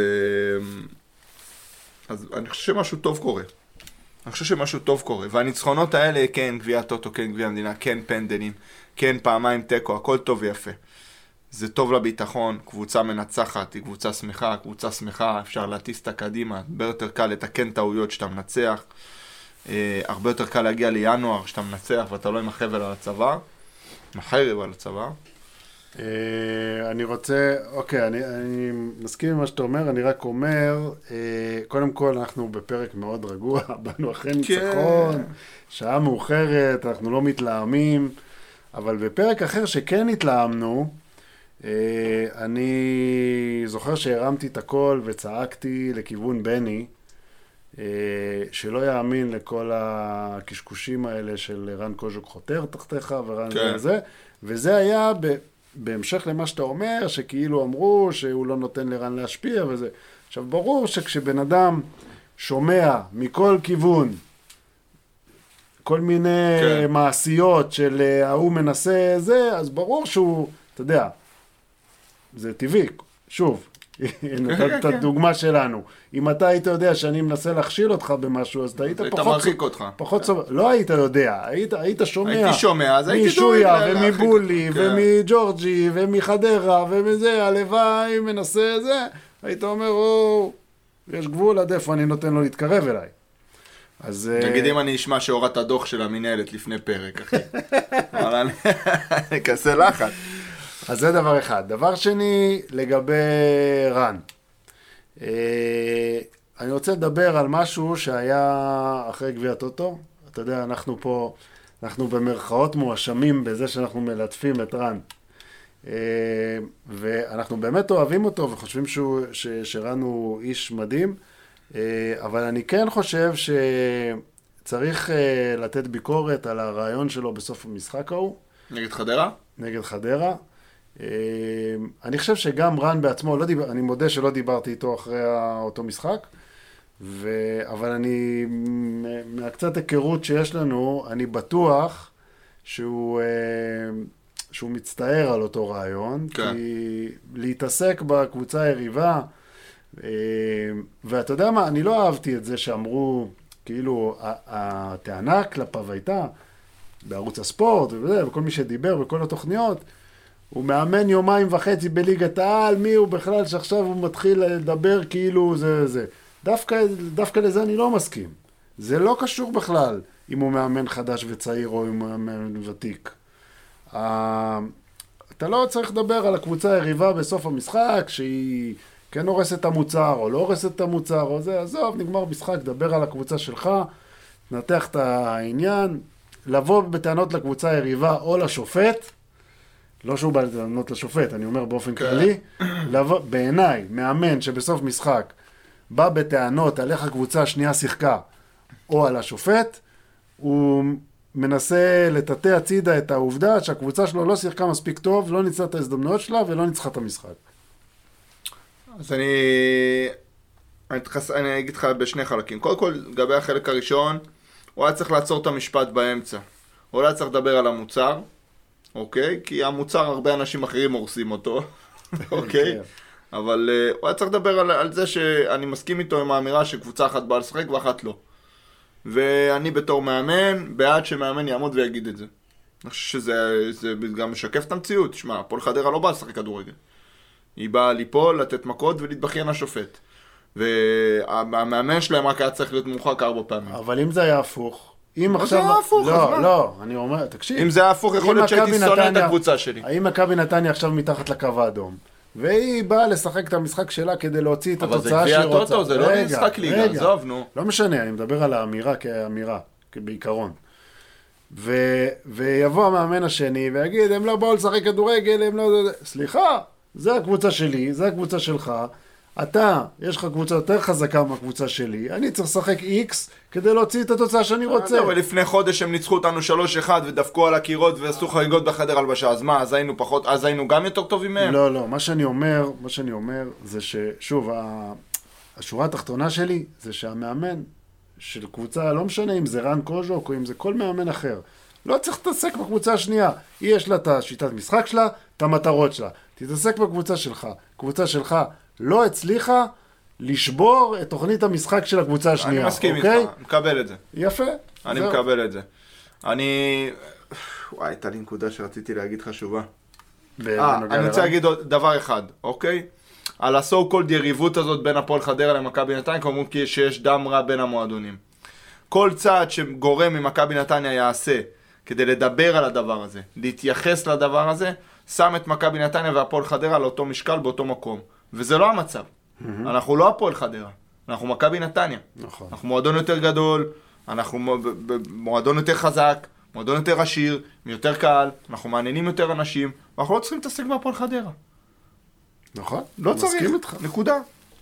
אז אני חושב שמשהו טוב קורה. אני חושב שמשהו טוב קורה, והניצחונות האלה, כן, גביע טוטו, כן, גביע המדינה, כן, פנדלים, כן, פעמיים טקו, הכל טוב ויפה. זה טוב לביטחון, קבוצה מנצחת, היא קבוצה שמחה, קבוצה שמחה, אפשר להטיס את הקדימה, הרבה יותר קל לתקן טעויות שאתה מנצח, אה, הרבה יותר קל להגיע לינואר שאתה מנצח ואתה לא עם החבל על הצוואר, עם החרב על הצוואר. אני רוצה, אוקיי, אני, אני מסכים עם מה שאתה אומר, אני רק אומר, קודם כל אנחנו בפרק מאוד רגוע, באנו אחרי ניצחון, שעה מאוחרת, אנחנו לא מתלהמים, אבל בפרק אחר שכן התלהמנו, אני זוכר שהרמתי את הכל וצעקתי לכיוון בני, שלא יאמין לכל הקשקושים האלה של רן קוז'וק חותר תחתיך ורן כן. זה, וזה היה ב, בהמשך למה שאתה אומר, שכאילו אמרו שהוא לא נותן לרן להשפיע וזה. עכשיו, ברור שכשבן אדם שומע מכל כיוון, כל מיני כן. מעשיות של ההוא מנסה זה, אז ברור שהוא, אתה יודע, זה טבעי, שוב, נתת את הדוגמה שלנו. אם אתה היית יודע שאני מנסה להכשיל אותך במשהו, אז אתה היית פחות... היית מרחיק אותך. פחות סובר. לא היית יודע, היית, היית שומע. הייתי שומע, אז הייתי משויה ומבולי ומג'ורג'י ומחדרה ומזה, הלוואי מנסה זה, היית אומר, או, יש גבול עד איפה אני נותן לו להתקרב אליי. אז... נגיד אם אני אשמע שהורדת הדוח של המנהלת לפני פרק, אחי. אבל אני אכסה לחץ. אז זה דבר אחד. דבר שני, לגבי רן. אני רוצה לדבר על משהו שהיה אחרי גביע טוטו. אתה יודע, אנחנו פה, אנחנו במרכאות מואשמים בזה שאנחנו מלטפים את רן. ואנחנו באמת אוהבים אותו וחושבים שהוא, ש, שרן הוא איש מדהים. אבל אני כן חושב שצריך לתת ביקורת על הרעיון שלו בסוף המשחק ההוא. נגד חדרה? נגד חדרה. אני חושב שגם רן בעצמו, לא דיבר, אני מודה שלא דיברתי איתו אחרי אותו משחק, ו... אבל אני, מהקצת היכרות שיש לנו, אני בטוח שהוא, שהוא מצטער על אותו רעיון, כן. כי להתעסק בקבוצה היריבה, ואתה יודע מה, אני לא אהבתי את זה שאמרו, כאילו, הטענה כלפיו הייתה, בערוץ הספורט, וזה, וכל מי שדיבר בכל התוכניות, הוא מאמן יומיים וחצי בליגת העל, מי הוא בכלל שעכשיו הוא מתחיל לדבר כאילו זה זה. דווקא, דווקא לזה אני לא מסכים. זה לא קשור בכלל אם הוא מאמן חדש וצעיר או אם הוא מאמן ותיק. אתה לא צריך לדבר על הקבוצה היריבה בסוף המשחק, שהיא כן הורסת את המוצר או לא הורסת את המוצר או זה, עזוב, נגמר משחק, דבר על הקבוצה שלך, נתח את העניין, לבוא בטענות לקבוצה היריבה או לשופט, לא שהוא בא לענות לשופט, אני אומר באופן כללי, לבוא, בעיניי, מאמן שבסוף משחק בא בטענות על איך הקבוצה השנייה שיחקה או על השופט, הוא מנסה לטאטא הצידה את העובדה שהקבוצה שלו לא שיחקה מספיק טוב, לא ניצלה את ההזדמנויות שלה ולא ניצחה את המשחק. אז אני... אני, תחס... אני אגיד לך בשני חלקים. קודם כל, לגבי החלק הראשון, הוא היה צריך לעצור את המשפט באמצע. הוא היה צריך לדבר על המוצר, אוקיי? כי המוצר, הרבה אנשים אחרים הורסים אותו, אוקיי? אבל uh, הוא היה צריך לדבר על, על זה שאני מסכים איתו עם האמירה שקבוצה אחת באה לשחק ואחת לא. ואני בתור מאמן, בעד שמאמן יעמוד ויגיד את זה. אני חושב שזה זה גם משקף את המציאות. תשמע, הפועל חדרה לא באה לשחק כדורגל. היא באה ליפול, לתת מכות ולהתבכיין לשופט. והמאמן שלהם רק היה צריך להיות מורחק ארבע פעמים. אבל אם זה היה הפוך, אם עכשיו... זה היה הפוך, לא, לא, אני אומר, תקשיב. אם זה היה הפוך, יכול להיות שהייתי שונא את הקבוצה שלי. האם מכבי נתניה עכשיו מתחת לקו האדום? והיא באה לשחק את המשחק שלה כדי להוציא את התוצאה שהיא רוצה. אבל זה גביע טוטו, זה לא משחק ליגה, עזוב, נו. לא משנה, אני מדבר על האמירה כאמירה, בעיקרון. ויבוא המאמן השני ויגיד, הם לא באו לשחק כדורגל, הם לא... סליחה, זה הקבוצה שלי, זה הקבוצה שלך. אתה, יש לך קבוצה יותר חזקה מהקבוצה שלי, אני צריך לשחק איקס כדי להוציא את התוצאה שאני רוצה. אבל לפני חודש הם ניצחו אותנו שלוש אחד ודפקו על הקירות ועשו חגיגות בחדר הלבשה, אז מה, אז היינו פחות, אז היינו גם יותר טובים מהם? לא, לא, מה שאני אומר, מה שאני אומר זה ששוב, השורה התחתונה שלי זה שהמאמן של קבוצה, לא משנה אם זה רן קוז'וק או אם זה כל מאמן אחר, לא צריך להתעסק בקבוצה השנייה, יש לה את השיטת משחק שלה, את המטרות שלה, תתעסק בקבוצה שלך, קבוצה שלך לא הצליחה לשבור את תוכנית המשחק של הקבוצה השנייה. אני מסכים אוקיי? איתך, מקבל את זה. יפה. אני זהו. מקבל את זה. אני... וואי, הייתה לי נקודה שרציתי להגיד חשובה. אה, אני רוצה להגיד דבר אחד, אוקיי? על הסו קולד יריבות הזאת בין הפועל חדרה למכבי נתניה, כמו שיש דם רע בין המועדונים. כל צעד שגורם ממכבי נתניה יעשה כדי לדבר על הדבר הזה, להתייחס לדבר הזה, שם את מכבי נתניה והפועל חדרה לאותו משקל באותו מקום. וזה לא המצב. Mm-hmm. אנחנו לא הפועל חדרה, אנחנו מכבי נתניה. נכון. אנחנו מועדון יותר גדול, אנחנו מועדון יותר חזק, מועדון יותר עשיר, יותר קהל, אנחנו מעניינים יותר אנשים, ואנחנו לא צריכים להתעסק בהפועל חדרה. נכון. לא צריך, מסכים איתך. נקודה.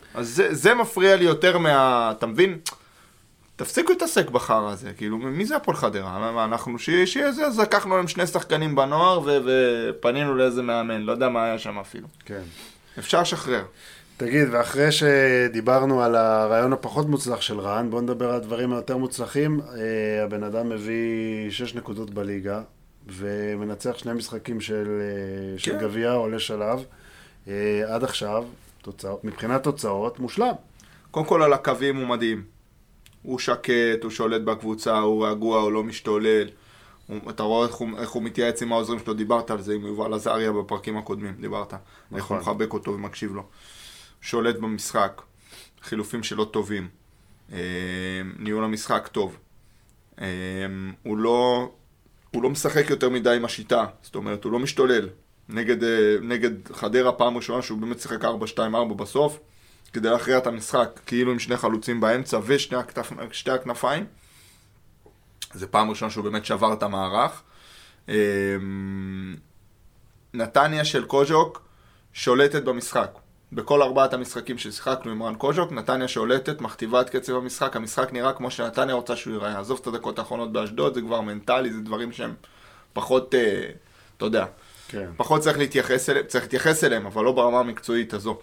אז זה, זה מפריע לי יותר מה... אתה מבין? תפסיקו להתעסק בחר הזה, כאילו, מי זה הפועל חדרה? אנחנו, שיהיה זה, אז לקחנו להם שני שחקנים בנוער ו- ופנינו לאיזה מאמן, לא יודע מה היה שם אפילו. כן. אפשר לשחרר. תגיד, ואחרי שדיברנו על הרעיון הפחות מוצלח של רען, בואו נדבר על הדברים היותר מוצלחים. הבן אדם מביא שש נקודות בליגה, ומנצח שני משחקים של, של כן. גביע, עולה שלב. עד עכשיו, תוצא, מבחינת תוצאות, מושלם. קודם כל על הקווים הוא מדהים. הוא שקט, הוא שולט בקבוצה, הוא רגוע, הוא לא משתולל. הוא, אתה רואה איך הוא, איך הוא מתייעץ עם העוזרים שלו, דיברת על זה עם יובל עזריה בפרקים הקודמים, דיברת. נכון. איך הוא מחבק אותו ומקשיב לו. שולט במשחק, חילופים שלו טובים, אה, ניהול המשחק טוב. אה, הוא לא, הוא לא משחק יותר מדי עם השיטה, זאת אומרת, הוא לא משתולל. נגד, אה, נגד חדרה פעם ראשונה שהוא באמת שיחק ארבע שתיים ארבע בסוף, כדי להכריע את המשחק, כאילו עם שני חלוצים באמצע ושתי הכתפ, שתי הכנפיים. זה פעם ראשונה שהוא באמת שבר את המערך. אה, נתניה של קוז'וק שולטת במשחק. בכל ארבעת המשחקים ששיחקנו עם רן קוז'וק, נתניה שולטת, מכתיבה את קצב המשחק, המשחק נראה כמו שנתניה רוצה שהוא ייראה. עזוב את הדקות האחרונות באשדוד, זה כבר מנטלי, זה דברים שהם פחות, אה, אתה יודע, כן. פחות צריך להתייחס אליהם, צריך להתייחס אליהם, אבל לא ברמה המקצועית הזו.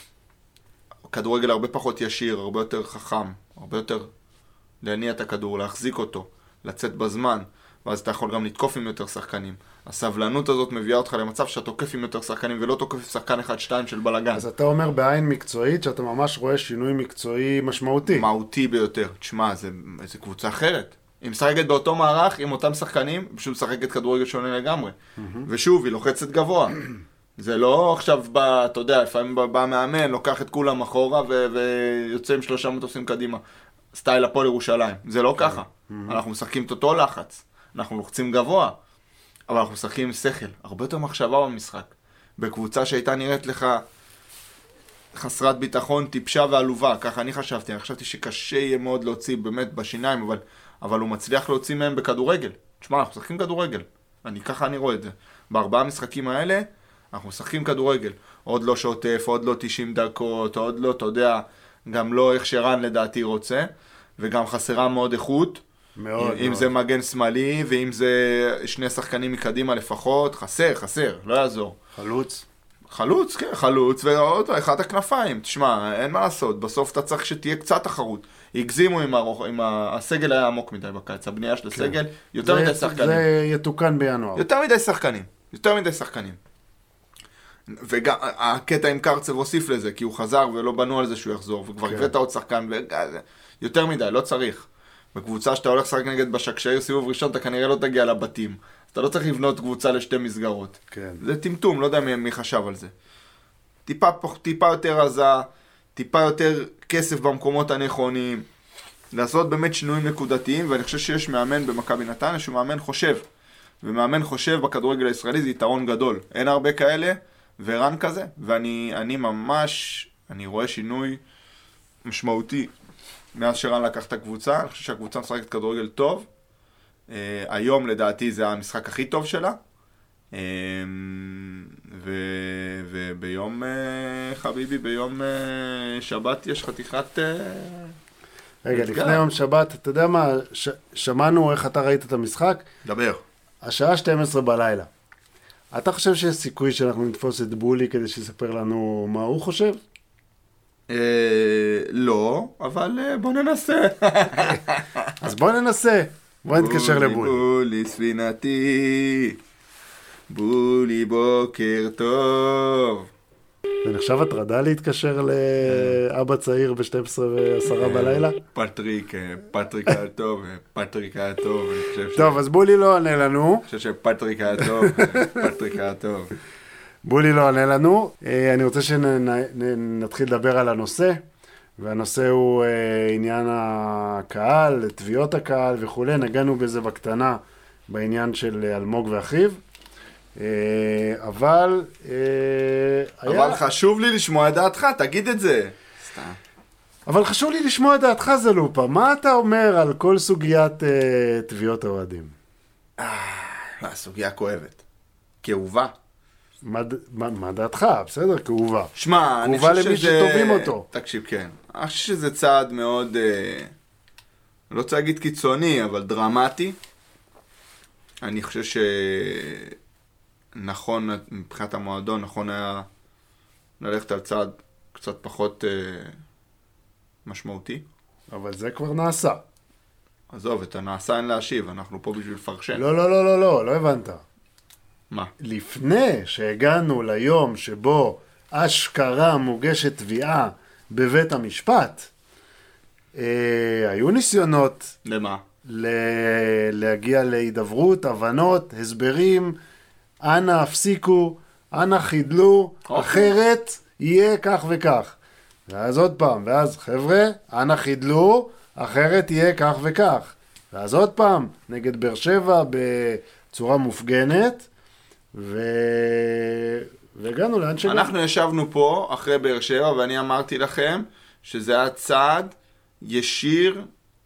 כדורגל הרבה פחות ישיר, הרבה יותר חכם, הרבה יותר להניע את הכדור, להחזיק אותו, לצאת בזמן, ואז אתה יכול גם לתקוף עם יותר שחקנים. הסבלנות הזאת מביאה אותך למצב שאתה תוקף עם יותר שחקנים ולא תוקף שחקן אחד שתיים של בלגן. אז אתה אומר בעין מקצועית שאתה ממש רואה שינוי מקצועי משמעותי. מהותי ביותר. תשמע, זה, זה קבוצה אחרת. היא משחקת באותו מערך עם אותם שחקנים, פשוט משחקת כדורגל שונה לגמרי. Mm-hmm. ושוב, היא לוחצת גבוה. זה לא עכשיו בא, אתה יודע, לפעמים בא, בא מאמן, לוקח את כולם אחורה ו- ויוצא עם שלושה מטוסים קדימה. סטייל הפועל ירושלים. זה לא ככה. Mm-hmm. אנחנו משחקים את אותו לחץ. אנחנו לוחצים גבוה. אבל אנחנו משחקים עם שכל. הרבה יותר מחשבה במשחק. בקבוצה שהייתה נראית לך חסרת ביטחון, טיפשה ועלובה. ככה אני חשבתי. אני חשבתי שקשה יהיה מאוד להוציא באמת בשיניים, אבל, אבל הוא מצליח להוציא מהם בכדורגל. תשמע, אנחנו משחקים כדורגל. אני, ככה אני רואה את זה. בארבעה המשחקים האלה, אנחנו משחקים כדורגל. עוד לא שוטף, עוד לא תשעים דקות, עוד לא, אתה יודע, גם לא איך שרן לדעתי רוצה, וגם חסרה מאוד איכות. מאוד, אם מאוד. זה מגן שמאלי, ואם זה שני שחקנים מקדימה לפחות, חסר, חסר, לא יעזור. חלוץ. חלוץ, כן, חלוץ, ועוד אחד הכנפיים. תשמע, אין מה לעשות, בסוף אתה צריך שתהיה קצת תחרות. הגזימו עם, הרוח, עם ה... הסגל היה עמוק מדי בקיץ, הבנייה של הסגל, כן. יותר זה, מדי שחקנים. זה יתוקן בינואר. יותר מדי שחקנים, יותר מדי שחקנים. וגם הקטע עם קרצב הוסיף לזה, כי הוא חזר ולא בנו על זה שהוא יחזור, וכבר כן. הבאת עוד שחקן, ו... יותר מדי, לא צריך. בקבוצה שאתה הולך לשחק נגד בשקשאיר סיבוב ראשון, אתה כנראה לא תגיע לבתים. אתה לא צריך לבנות קבוצה לשתי מסגרות. כן. זה טמטום, לא יודע מי, מי חשב על זה. טיפה, טיפה יותר עזה, טיפה יותר כסף במקומות הנכונים, לעשות באמת שינויים נקודתיים, ואני חושב שיש מאמן במכבי נתניה שהוא מאמן חושב. ומאמן חושב בכדורגל הישראלי זה יתרון גדול. אין הרבה כאלה, ורן כזה, ואני אני ממש, אני רואה שינוי משמעותי. מאז שרן לקח את הקבוצה, אני חושב שהקבוצה משחקת כדורגל טוב. Uh, היום לדעתי זה המשחק הכי טוב שלה. Uh, ו- וביום, uh, חביבי, ביום uh, שבת יש חתיכת... Uh, רגע, לפני יום שבת, אתה יודע מה, ש- שמענו איך אתה ראית את המשחק? דבר. השעה שתים עשרה בלילה. אתה חושב שיש סיכוי שאנחנו נתפוס את בולי כדי שיספר לנו מה הוא חושב? לא, אבל בוא ננסה. אז בוא ננסה. בוא נתקשר לבולי. בולי ספינתי, בולי בוקר טוב. זה נחשב הטרדה להתקשר לאבא צעיר ב-שתים עשרה ועשרה בלילה? פטריק, פטריק היה טוב, פטריק היה טוב. טוב, אז בולי לא עונה לנו. אני חושב שפטריק היה טוב, פטריק היה טוב. בולי לא עונה לנו. אני רוצה שנתחיל לדבר על הנושא, והנושא הוא עניין הקהל, תביעות הקהל וכו'. נגענו בזה בקטנה בעניין של אלמוג ואחיו. אבל... אבל חשוב לי לשמוע את דעתך, תגיד את זה. סתם. אבל חשוב לי לשמוע את דעתך, זלופה. מה אתה אומר על כל סוגיית תביעות האוהדים? הסוגיה כואבת. כאובה. מה, מה, מה דעתך? בסדר, כאובה. שמע, אני חושב שזה... כאובה למי שטובים אותו. תקשיב, כן. אני חושב שזה צעד מאוד, אה, לא רוצה להגיד קיצוני, אבל דרמטי. אני חושב שנכון, מבחינת המועדון, נכון היה ללכת על צעד קצת פחות אה, משמעותי. אבל זה כבר נעשה. עזוב, את הנעשה אין להשיב, אנחנו פה בשביל לפרשן. לא, לא, לא, לא, לא, לא הבנת. מה? לפני שהגענו ליום שבו אשכרה מוגשת תביעה בבית המשפט, אה, היו ניסיונות למה? ל- להגיע להידברות, הבנות, הסברים, אנא הפסיקו, אנא חידלו, אוקיי. אחרת יהיה כך וכך. ואז עוד פעם, ואז חבר'ה, אנא חידלו, אחרת יהיה כך וכך. ואז עוד פעם, נגד באר שבע בצורה מופגנת, ו... והגענו לאן שהגענו. אנחנו ישבנו פה אחרי באר שבע, ואני אמרתי לכם שזה היה צעד ישיר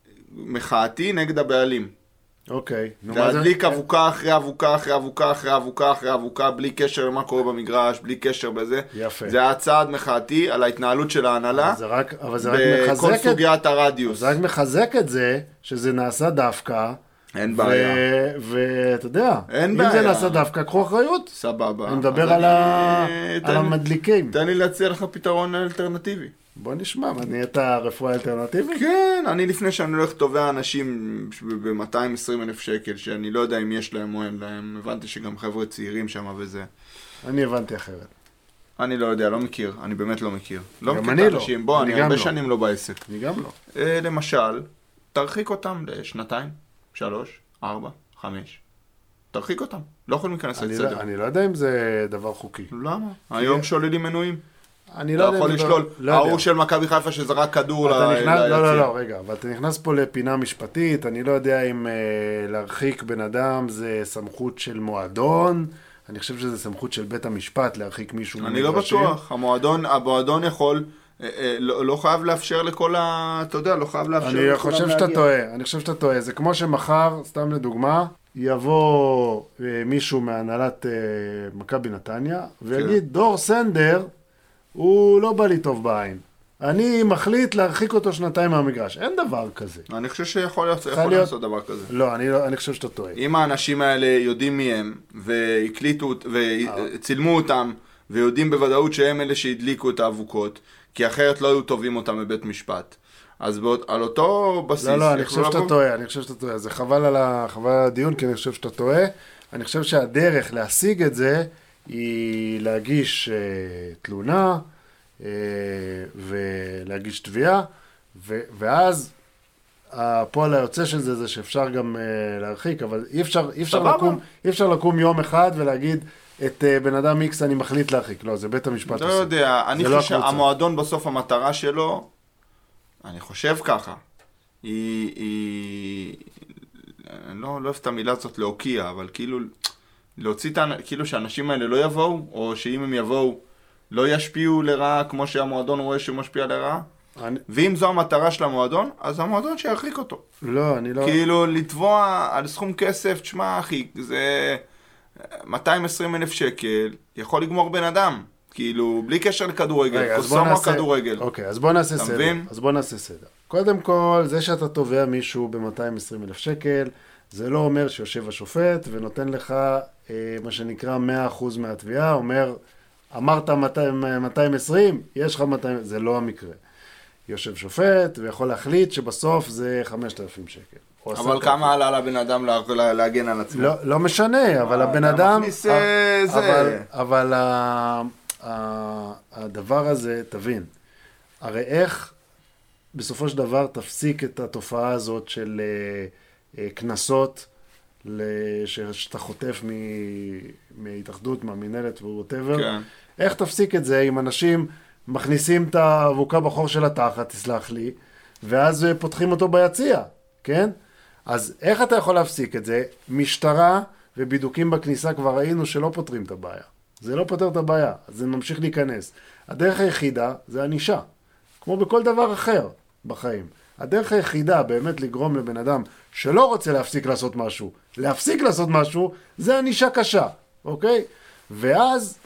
מחאתי נגד הבעלים. אוקיי. נו, מה זה? להדליק אבוקה אחרי אבוקה אחרי אבוקה אחרי אבוקה אחרי אבוקה, בלי קשר למה קורה במגרש, בלי קשר בזה. יפה. זה היה צעד מחאתי על ההתנהלות של ההנהלה. אבל זה רק, אבל זה רק בכל מחזק את... סוגיית הרדיוס. זה רק מחזק את זה, שזה נעשה דווקא. אין בעיה. ואתה יודע, אין אם בעיה. זה נעשה דווקא, קחו אחריות. סבבה. אני מדבר אז על, אני- ה... תן על לי- המדליקים. תן לי להציע לך פתרון אלטרנטיבי. בוא נשמע, מה נהיית רפואה אלטרנטיבית? כן, אני לפני שאני הולך תובע אנשים ב-מאתיים ועשרים אלף שקל, שאני לא יודע אם יש להם או אין להם, הבנתי שגם חבר'ה צעירים שם וזה. אני הבנתי אחרת. אני לא יודע, לא מכיר, אני באמת לא מכיר. לא גם מכיר אני את לא. האנשים, בוא, אני אני גם הרבה לא. שנים לא בעסק. אני גם לא. אה, למשל, תרחיק אותם לשנתיים, שלוש, ארבע, חמש. תרחיק אותם, לא יכולים להיכנס אני לסדר. לא, אני לא יודע אם זה דבר חוקי. למה? היום שוללים מנויים. אני לא אתה יודע יכול אם זה... לשלול, לא יודע. ההוא של מכבי חיפה שזרק כדור אתה ל- נכנס, לא, לא, ליציע. לא, רגע, אבל אתה נכנס פה לפינה משפטית, אני לא יודע אם אה, להרחיק בן אדם זה סמכות של מועדון, אני חושב שזה סמכות של בית המשפט להרחיק מישהו אני לא ממגרשים. בטוח, המועדון, המועדון יכול, אה, אה, לא, לא חייב לאפשר לכל ה... אתה יודע, לא חייב לאפשר אני לכולם חושב שאתה להגיע. טועה, אני חושב שאתה טועה, זה כמו שמחר, סתם לדוגמה, יבוא אה, מישהו מהנהלת אה, מכבי נתניה, ויגיד, דור סנדר, הוא לא בא לי טוב בעין. אני מחליט להרחיק אותו שנתיים מהמגרש. אין דבר כזה. אני חושב שיכול להיות, יכול להיות- לעשות דבר כזה. לא, אני, לא, אני חושב שאתה טועה. אם האנשים האלה יודעים מי הם, והקליטו, וצילמו אותם, ויודעים בוודאות שהם אלה שהדליקו את האבוקות, כי אחרת לא היו טובים אותם בבית משפט. אז באות, על אותו בסיס... לא, לא, אני יכלו חושב שאתה לבוא- טועה, אני חושב שאתה טועה. זה חבל על, ה, חבל על הדיון, כי אני חושב שאתה טועה. אני חושב שהדרך להשיג את זה, היא להגיש אה, תלונה, אה, ולהגיש תביעה, ו, ואז הפועל היוצא של זה, זה שאפשר גם אה, להרחיק, אבל אי אפשר, אי אפשר סבבה. לקום, אי אפשר לקום יום אחד ולהגיד, את אה, בן אדם איקס אני מחליט להרחיק. לא, זה בית המשפט לא עושה. יודע, אני זה לא חושב הקבוצה. שהמועדון בסוף המטרה שלו, אני חושב ככה, היא, היא, אני לא, לא אוהב את המילה הזאת להוקיע, אבל כאילו, להוציא את, האנ- כאילו שהאנשים האלה לא יבואו, או שאם הם יבואו, לא ישפיעו לרעה כמו שהמועדון רואה שהוא משפיע לרעה, אני, ואם זו המטרה של המועדון, אז המועדון שירחיק אותו. לא, אני לא... כאילו, לתבוע על סכום כסף, תשמע אחי, זה מאתיים ועשרים אלף שקל, יכול לגמור בן אדם. כאילו, בלי קשר לכדורגל, רגע, אז בוא קוסומו נעשה... כדורגל. אוקיי, אז בוא נעשה אתה סדר. מבין? אז בוא נעשה סדר. קודם כל, זה שאתה תובע מישהו ב-מאתיים ועשרים אלף שקל, זה לא אומר שיושב השופט ונותן לך אה, מה שנקרא מאה אחוז מהתביעה, אומר, אמרת מאתיים ועשרים, יש לך מאתיים, זה לא המקרה. יושב שופט ויכול להחליט שבסוף זה חמשת אלפים שקל. או עשרת אבל אלפים. כמה עלה לבן אדם לה- לה- להגן על עצמו? לא, לא משנה, אבל הבן אתה אדם... מכניס, אה, זה. אבל, אבל ה, ה, הדבר הזה, תבין, הרי איך בסופו של דבר תפסיק את התופעה הזאת של אה, אה, כנסות, לש- שאתה חוטף מ- מהתאחדות, מהמינהלת ווואטאבר, כן. איך תפסיק את זה אם אנשים מכניסים את האבוקה בחור של התחת, תסלח לי, ואז אה, פותחים אותו ביציע, כן? אז איך אתה יכול להפסיק את זה? משטרה ובידוקים בכניסה כבר ראינו שלא פותרים את הבעיה. זה לא פותר את הבעיה, אז זה ממשיך להיכנס. הדרך היחידה זה ענישה, כמו בכל דבר אחר בחיים. הדרך היחידה באמת לגרום לבן אדם שלא רוצה להפסיק לעשות משהו, להפסיק לעשות משהו, זה ענישה קשה, אוקיי? ואז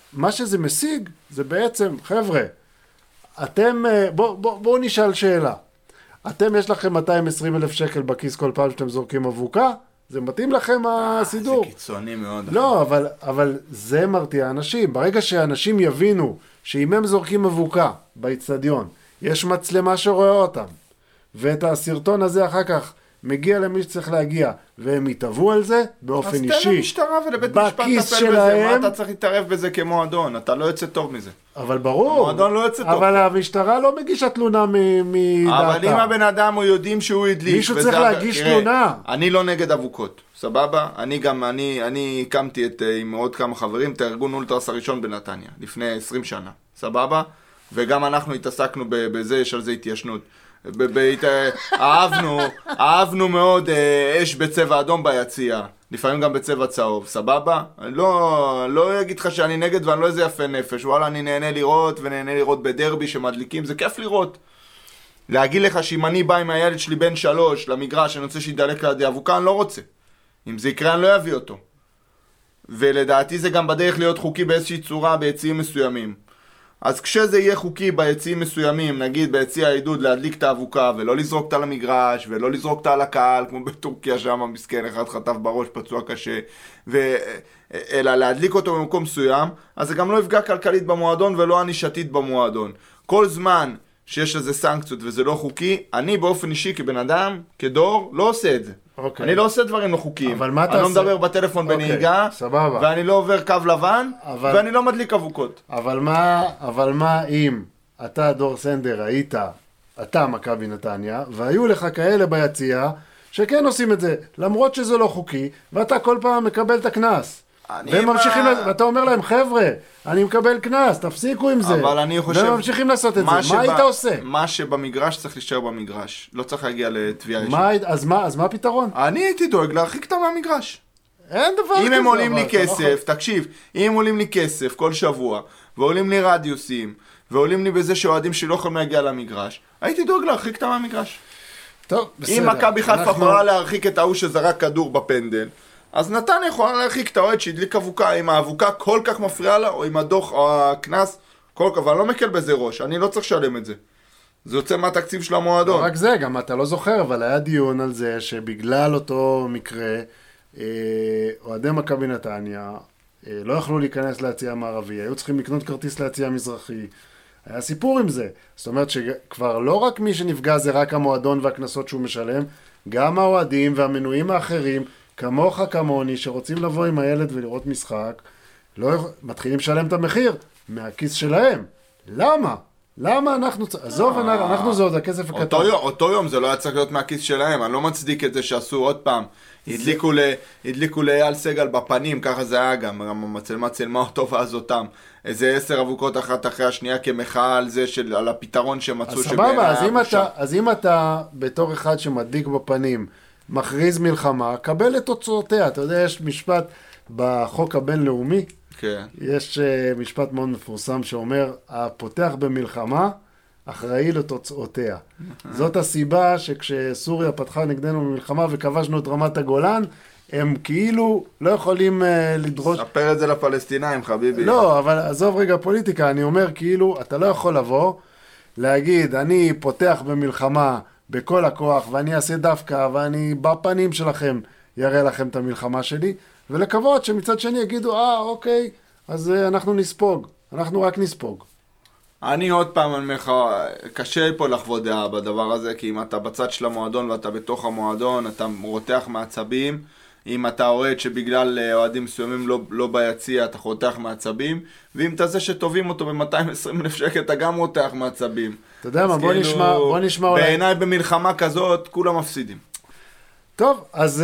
מה שזה משיג, זה בעצם, חבר'ה, אתם, בואו בוא, בוא נשאל שאלה. אתם, יש לכם מאתיים ועשרים אלף שקל בכיס כל פעם שאתם זורקים אבוקה? זה מתאים לכם הסידור? זה קיצוני מאוד. לא, אבל, אבל זה מרתיע אנשים. ברגע שאנשים יבינו שאם הם זורקים אבוקה באצטדיון, יש מצלמה שרואה אותם, ואת הסרטון הזה אחר כך מגיע למי שצריך להגיע, והם יתאבו על זה באופן אישי. אז תן למשטרה ולבית משפט טפל בזה, מה אתה צריך להתערב בזה כמועדון? אתה לא יוצא טוב מזה. אבל ברור. המועדון לא יוצא טוב. אבל המשטרה לא מגישה תלונה מדעתה. אבל אם הבן אדם הוא יודעים שהוא הדליק. מישהו צריך להגיש תלונה. אני לא נגד אבוקות, סבבה? אני גם, אני, אני הקמתי את, עם עוד כמה חברים, את הארגון אולטרס הראשון בנתניה, לפני עשרים שנה, סבבה? וגם אנחנו התעסקנו בזה, יש על זה התיישנות. אהבנו, אהבנו מאוד אש בצבע אדום ביציאה, לפעמים גם בצבע צהוב, סבבה? לא, לא אגיד לך שאני נגד ואני לא איזה יפה נפש, וואלה אני נהנה לראות ונהנה לראות בדרבי שמדליקים, זה כיף לראות. להגיד לך שאם אני בא עם הילד שלי בן שלוש למגרש, אני רוצה שידלק לידי אבוקה, אני לא רוצה. אם זה יקרה אני לא אביא אותו. ולדעתי זה גם בדרך להיות חוקי באיזושהי צורה ביציאים מסוימים. אז כשזה יהיה חוקי ביציאים מסוימים, נגיד ביציע העידוד להדליק את האבוקה ולא לזרוק אותה למגרש ולא לזרוק אותה על הקהל, כמו בטורקיה שם מסכן אחד חטף בראש פצוע קשה, ו... אלא להדליק אותו במקום מסוים, אז זה גם לא יפגע כלכלית במועדון ולא ענישתית במועדון. כל זמן שיש לזה סנקציות וזה לא חוקי, אני באופן אישי כבן אדם, כדור, לא עושה את זה. Okay. אני לא עושה דברים לא חוקיים. אבל מה אתה אני לא עושה? מדבר בטלפון okay. בנהיגה, סבבה. ואני לא עובר קו לבן, אבל... ואני לא מדליק אבוקות. אבל מה, אבל מה אם אתה דור סנדר היית, אתה מכבי נתניה, והיו לך כאלה ביציאה שכן עושים את זה, למרות שזה לא חוקי, ואתה כל פעם מקבל את הכנס. והם מה... ממשיכים, ואתה אומר להם, חבר'ה, אני מקבל כנס, תפסיקו עם זה. אבל אני חושב... והם ממשיכים לעשות את זה. שבא, מה היית עושה? מה שבמגרש צריך להישאר במגרש. לא צריך להגיע לתביעה אישית. אז מה, אז מה הפתרון? אני הייתי דואג להרחיק אותם מהמגרש. אין דבר כזה. אם הם עולים לי כסף, תקשיב, אם הם עולים לי כסף כל שבוע, ועולים לי רדיוסים, ועולים לי בזה שאוהדים שלא יכולים להגיע למגרש, הייתי דואג להרחיק אותם מהמגרש. טוב, בסדר. אם מכבי חיפה יכולה להרחיק את ההוא שזרק כדור בפנדל, אז נתן יכולה להרחיק את האוהד שהדליק אבוקה, אם האבוקה כל כך מפריעה לה, או עם הדוח או הכנס, כל כך, אבל אני לא מקל בזה ראש, אני לא צריך לשלם את זה. זה יוצא מהתקציב של המועדון. לא רק זה, גם אתה לא זוכר, אבל היה דיון על זה שבגלל אותו מקרה, אוהדי מכבי נתניה לא יכלו להיכנס ליציע המערבי, היו צריכים לקנות כרטיס ליציע המזרחי. היה סיפור עם זה. זאת אומרת שכבר לא רק מי שנפגע זה רק המועדון והכנסות שהוא משלם, גם האוהדים והמנויים האחרים, כמוך כמוני, שרוצים לבוא עם הילד ולראות משחק, לא מתחילים לשלם את המחיר מהכיס שלהם. למה? למה אנחנו... עזוב, אנחנו זה עוד הכסף הקטן. אותו יום זה לא היה צריך להיות מהכיס שלהם, אני לא מצדיק את זה שעשו עוד פעם. הדליקו לאייל סגל בפנים, ככה זה היה גם, המצלמה צלמה אותו ואז אותם. איזה עשר אבוקות אחת אחרי השנייה כמחאה על זה, על הפתרון שמצאו שבעיניי היה בושה. אז אם אתה בתור אחד שמדליק בפנים, מכריז מלחמה, קבל את תוצאותיה. אתה יודע, יש משפט בחוק הבינלאומי, כן. יש uh, משפט מאוד מפורסם שאומר, הפותח במלחמה אחראי לתוצאותיה. זאת הסיבה שכשסוריה פתחה נגדנו במלחמה וכבשנו את רמת הגולן, הם כאילו לא יכולים uh, לדרוש... ספר את זה לפלסטינאים, חביבי. לא, אבל עזוב רגע פוליטיקה, אני אומר כאילו, אתה לא יכול לבוא, להגיד, אני פותח במלחמה בכל הכוח, ואני אעשה דווקא, ואני בפנים שלכם יראה לכם את המלחמה שלי, ולקוות שמצד שני יגידו, אה, אוקיי, אז uh, אנחנו נספוג, אנחנו רק נספוג. אני עוד פעם, אני אומר לך, קשה פה לחוות דעה בדבר הזה, כי אם אתה בצד של המועדון ואתה בתוך המועדון, אתה רותח מעצבים, אם אתה אוהד שבגלל אוהדים מסוימים לא, לא ביציע, אתה רותח מעצבים, ואם אתה זה שטובים אותו ב-מאתיים ועשרים אלף שקל, אתה גם רותח מעצבים. אתה יודע מה, בוא כאילו, נשמע, בוא נשמע אולי... בעיניי במלחמה כזאת, כולם מפסידים. טוב, אז...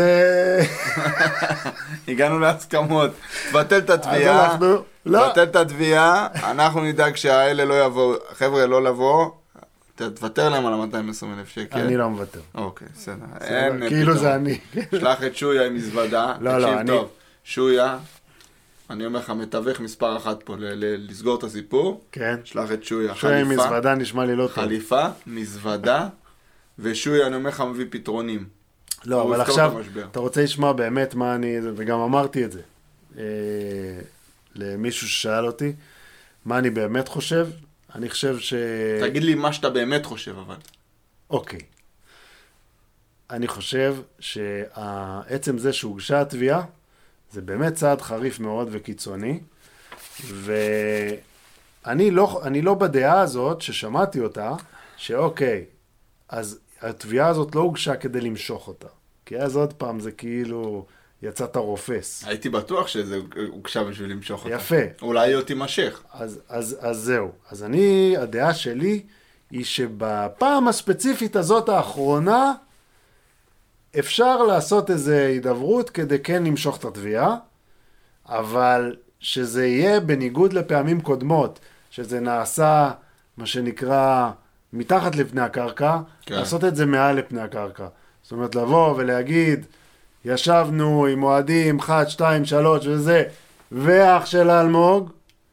הגענו להסכמות. תבטל את התביעה, אנחנו... תבטל את התביעה, אנחנו נדאג שהאלה לא יבואו, חבר'ה לא לבוא, תוותר להם על מאתיים ועשרים אלף שקל. אני לא מוותר. אוקיי, בסדר. כאילו זה אני. שלח את שויה עם מזוודה. לא, לא, אני... טוב, שויה, אני אומר לך, מתווך מספר אחת פה לסגור את הסיפור. כן. שלח את שויה. שויה עם מזוודה נשמע לי לא טוב. חליפה, מזוודה, ושויה, אני אומר לך, מביא פתרונים. לא, אבל עכשיו, אתה רוצה לשמוע באמת מה אני... וגם אמרתי את זה. למישהו ששאל אותי, מה אני באמת חושב? אני חושב ש... תגיד לי מה שאתה באמת חושב, אבל. אוקיי. אני חושב שהעצם זה שהוגשה התביעה, זה באמת צעד חריף מאוד וקיצוני, ואני לא, אני לא בדעה הזאת ששמעתי אותה, שאוקיי, אז התביעה הזאת לא הוגשה כדי למשוך אותה. כי אז עוד פעם זה כאילו יצאת רופס. הייתי בטוח שזה הוגשה בשביל למשוך אותה. יפה. אולי היא עוד תימשך. אז, אז, אז זהו. אז אני, הדעה שלי היא שבפעם הספציפית הזאת האחרונה, אפשר לעשות איזו הידברות כדי כן למשוך את התביעה, אבל שזה יהיה בניגוד לפעמים קודמות, שזה נעשה, מה שנקרא, מתחת לפני הקרקע, כן. לעשות את זה מעל לפני הקרקע. זאת אומרת, לבוא ולהגיד, ישבנו עם מועדים, אחת, שתיים, שלוש וזה, ואח של אלמוג,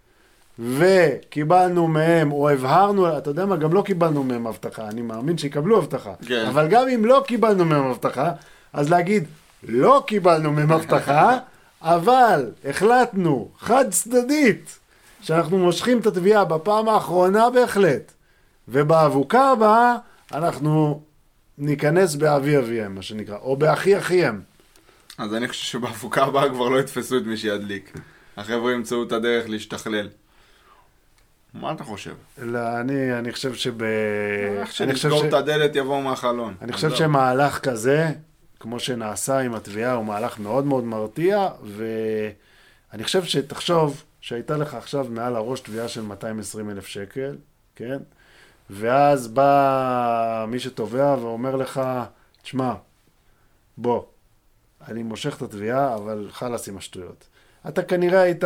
וקיבלנו מהם, או הבהרנו, אתה יודע מה, גם לא קיבלנו מהם הבטחה, אני מאמין שיקבלו הבטחה. כן. אבל גם אם לא קיבלנו מהם הבטחה, אז להגיד, לא קיבלנו מהם הבטחה, אבל החלטנו חד צדדית, שאנחנו מושכים את התביעה בפעם האחרונה בהחלט, ובאבוקה הבאה אנחנו ניכנס באבי אביהם, מה שנקרא, או באחי אחיהם. אז אני חושב שבאבוקה הבאה כבר לא יתפסו את מי שידליק. החבר'ה ימצאו את הדרך להשתכלל. מה אתה חושב? לא, אני, אני חושב שב... איך שנסגור את הדלת יבוא מהחלון. אני חושב שמהלך כזה, כמו שנעשה עם התביעה, הוא מהלך מאוד מאוד מרתיע, ואני חושב שתחשוב שהייתה לך עכשיו מעל הראש תביעה של מאתיים ועשרים אלף שקל, כן? ואז בא מי שתובע ואומר לך, תשמע, בוא, אני מושך את התביעה, אבל חלס עם השטויות. אתה כנראה היית...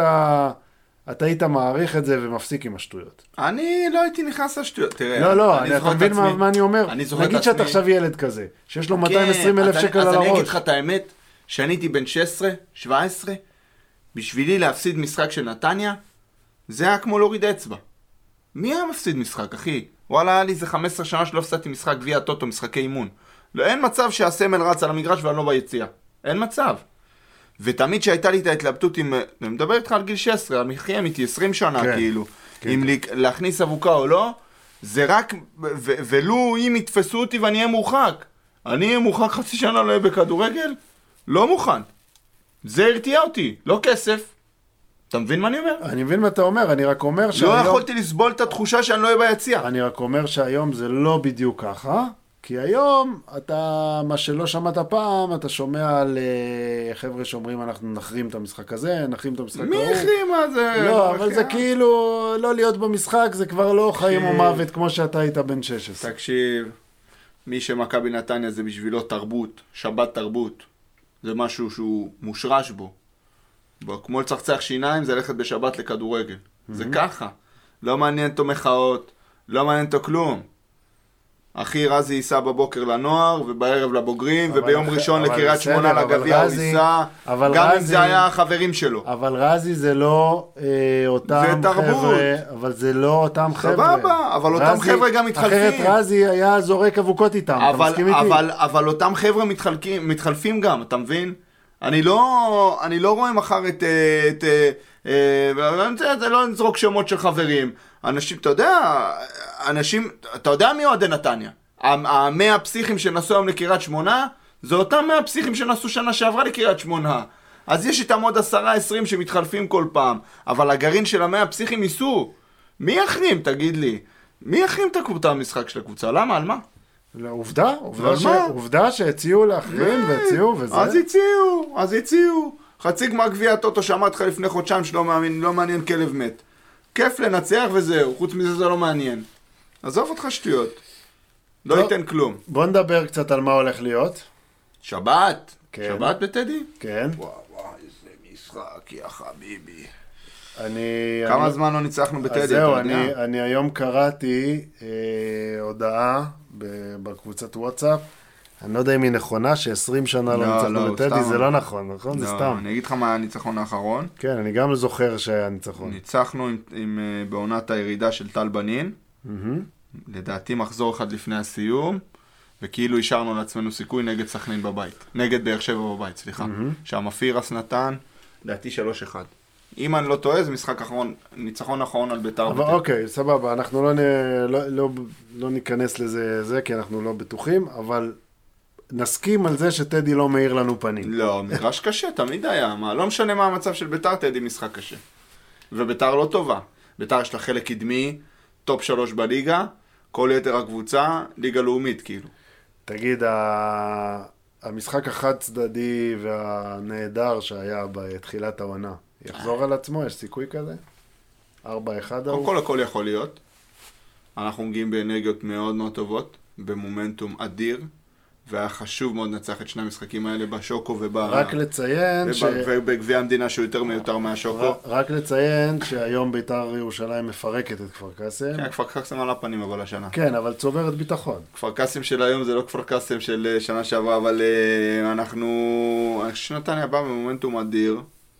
אתה היית מעריך את זה ומפסיק עם השטויות. אני לא הייתי נכנס לשטויות. תראה, לא, לא, אני אתה מבין מה, מה אני אומר? אני נגיד שאתה עכשיו ילד כזה, שיש לו מאתיים ועשרים אלף שקל על הראש. אז אני אגיד לך את האמת, שאני הייתי בן שש עשרה, שבע עשרה, בשבילי להפסיד משחק של נתניה, זה היה כמו להוריד אצבע. מי היה מפסיד משחק, אחי? וואלה, היה לי זה חמש עשרה שנה שלא הפסדתי משחק גביע טוטו, משחקי אימון. לא, אין מצב שהסמל רץ על המגרש ואני לא ביציאה. אין מצב. ותמיד שהייתה לי את ההתלבטות עם, אני מדבר איתך על גיל שש עשרה, על מחיים איתי עשרים שנה כן, כאילו, כן, אם כן. להכניס אבוקה או לא, זה רק, ו- ולו אם יתפסו אותי ואני אהיה מורחק, אני אהיה מורחק חצי שנה לא אהיה בכדורגל, לא מוכן. זה הרתיע אותי, לא כסף. אתה מבין מה אני אומר? אני מבין מה אתה אומר, אני רק אומר שהיום... לא יכולתי לסבול את התחושה שאני לא אהיה ביציאה. אני רק אומר שהיום זה לא בדיוק ככה, כי היום אתה, מה שלא שמעת פעם, אתה שומע על uh, חבר'ה שאומרים אנחנו נחרים את המשחק הזה, נחרים את המשחק ההוא. מי החרים? מה זה? לא, אבל זה כאילו, לא להיות במשחק, זה כבר לא חיים או מוות כמו שאתה היית בן שש עשרה. תקשיב, מי שמכבי נתניה זה בשבילו תרבות, שבת תרבות. זה משהו שהוא מושרש בו. כמו לצחצח שיניים זה ללכת בשבת לכדורגל. זה ככה. לא מעניין אותו מחאות, לא מעניין אותו כלום. אחי רזי ייסע בבוקר לנוער, ובערב לבוגרים, וביום ראשון לקריית שמונה לגביע הוא ייסע, גם אם זה היה החברים שלו. אבל רזי זה לא אותם חבר'ה, אבל זה לא אותם חבר'ה. סבבה, אבל אותם חבר'ה גם מתחלפים. אחרת רזי היה זורק אבוקות איתם, אתה מסכים איתי? אבל אותם חבר'ה מתחלפים גם, אתה מבין? אני לא, אני לא רואה מחר את, את, את, לא נזרוק שמות של חברים. אנשים, אתה יודע, אנשים, אתה יודע מי אוהדי נתניה? המאה הפסיכים שנסו היום לקריית שמונה, זה אותם מאה הפסיכים שנסו שנה שעברה לקריית שמונה. אז יש איתם עוד עשרה עשרים שמתחלפים כל פעם, אבל הגרעין של המאה הפסיכים ייסו. מי יחרים, תגיד לי? מי יחרים את המשחק של הקבוצה? למה? על מה? עובדה, עובדה, ש... עובדה שהציעו לאחרים והציעו וזה. אז הציעו, אז הציעו. חצי גמר גביע טוטו שמעת לך לפני חודשיים שלא מעניין, לא מעניין כלב מת. כיף לנצח וזהו, חוץ מזה זה לא מעניין. עזוב אותך שטויות. לא ייתן כלום. בוא נדבר קצת על מה הולך להיות. שבת. כן. שבת בטדי? כן. וואו וואו, איזה משחק, יא חביבי. אני... כמה אני... זמן לא ניצחנו בטדי? אז זהו, אני, אני היום קראתי אה, הודעה בקבוצת וואטסאפ, אני לא יודע אם היא נכונה, ש-עשרים שנה לא, לא ניצחנו לא, בטדי, זה לא נכון, נכון? לא, זה סתם. אני אגיד לך מה הניצחון האחרון. כן, אני גם זוכר שהיה ניצחון. ניצחנו עם, עם, בעונת הירידה של טל בנין, mm-hmm. לדעתי מחזור אחד לפני הסיום, וכאילו השארנו לעצמנו סיכוי נגד סכנין בבית, נגד באר שבע בבית, סליחה. Mm-hmm. שהמפירס נתן, לדעתי שלוש אחד. אם אני לא טועה, זה משחק אחרון, ניצחון אחרון על ביתר. אבל אוקיי, סבבה, אנחנו לא, נ... לא, לא, לא ניכנס לזה, זה, כי אנחנו לא בטוחים, אבל נסכים על זה שטדי לא מאיר לנו פנים. לא, מגרש קשה, תמיד היה. מה, לא משנה מה המצב של ביתר, טדי משחק קשה. וביתר לא טובה. ביתר יש לה חלק קדמי, טופ שלוש בליגה, כל יתר הקבוצה, ליגה לאומית, כאילו. תגיד, ה... המשחק החד צדדי והנהדר שהיה בתחילת העונה, יחזור על עצמו? יש סיכוי כזה? ארבע אחד קודם כל הכל יכול להיות. אנחנו מגיעים באנרגיות מאוד מאוד טובות, במומנטום אדיר, והיה חשוב מאוד לנצח את שני המשחקים האלה בשוקו וב... רק לציין ש... ובגביע המדינה שהוא יותר מיותר מהשוקו. רק לציין שהיום ביתר ירושלים מפרקת את כפר קאסם. כן, כפר קאסם על הפנים אבל השנה. כן, אבל צוברת ביטחון. כפר קאסם של היום זה לא כפר קאסם של שנה שעברה, אבל אנחנו... שנתניה בא במומנטום אדיר,